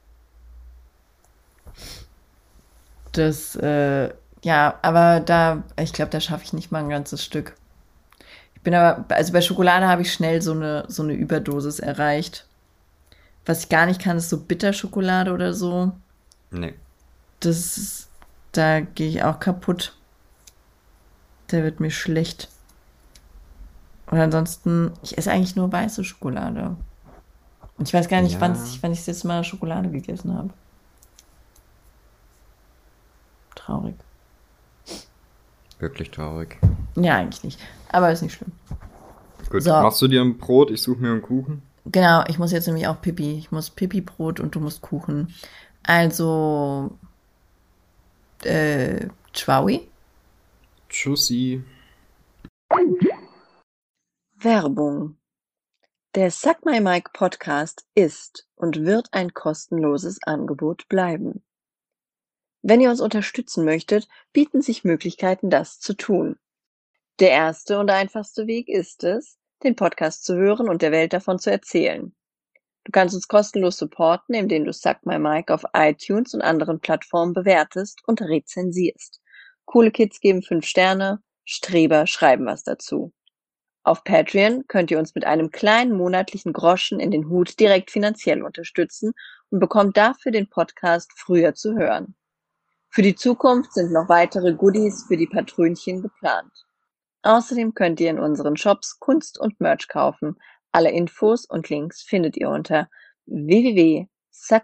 Das, ja, aber ich glaube, da schaffe ich nicht mal ein ganzes Stück. Ich bin aber, also bei Schokolade habe ich schnell so eine Überdosis erreicht. Was ich gar nicht kann, ist so Bitterschokolade oder so. Nee. Da gehe ich auch kaputt. Da wird mir schlecht. Und ansonsten, ich esse eigentlich nur weiße Schokolade. Und ich weiß gar nicht, wann Ja, ich, wann ich das letzte Mal Schokolade gegessen habe. Traurig. wirklich traurig. Ja, eigentlich nicht. Aber ist nicht schlimm. Gut, So, machst du dir ein Brot? Ich suche mir einen Kuchen. genau, ich muss jetzt nämlich auch Pipi. Ich muss Pipi-Brot und du musst Kuchen. Also, Ciaui. Tschüssi. Werbung. Der Suck My Mic Podcast ist und wird ein kostenloses Angebot bleiben. Wenn ihr uns unterstützen möchtet, bieten sich Möglichkeiten, das zu tun. Der erste und einfachste Weg ist es, den Podcast zu hören und der Welt davon zu erzählen. Du kannst uns kostenlos supporten, indem du Suck My Mic auf iTunes und anderen Plattformen bewertest und rezensierst. Coole Kids geben 5 Sterne, Streber schreiben was dazu. Auf Patreon könnt ihr uns mit einem kleinen monatlichen Groschen in den Hut direkt finanziell unterstützen und bekommt dafür den Podcast früher zu hören. Für die Zukunft sind noch weitere Goodies für die Patrönchen geplant. Außerdem könnt ihr in unseren Shops Kunst und Merch kaufen. Alle Infos und Links findet ihr unter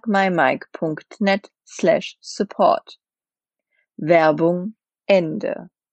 www.suckmymike.net/support. Werbung Ende.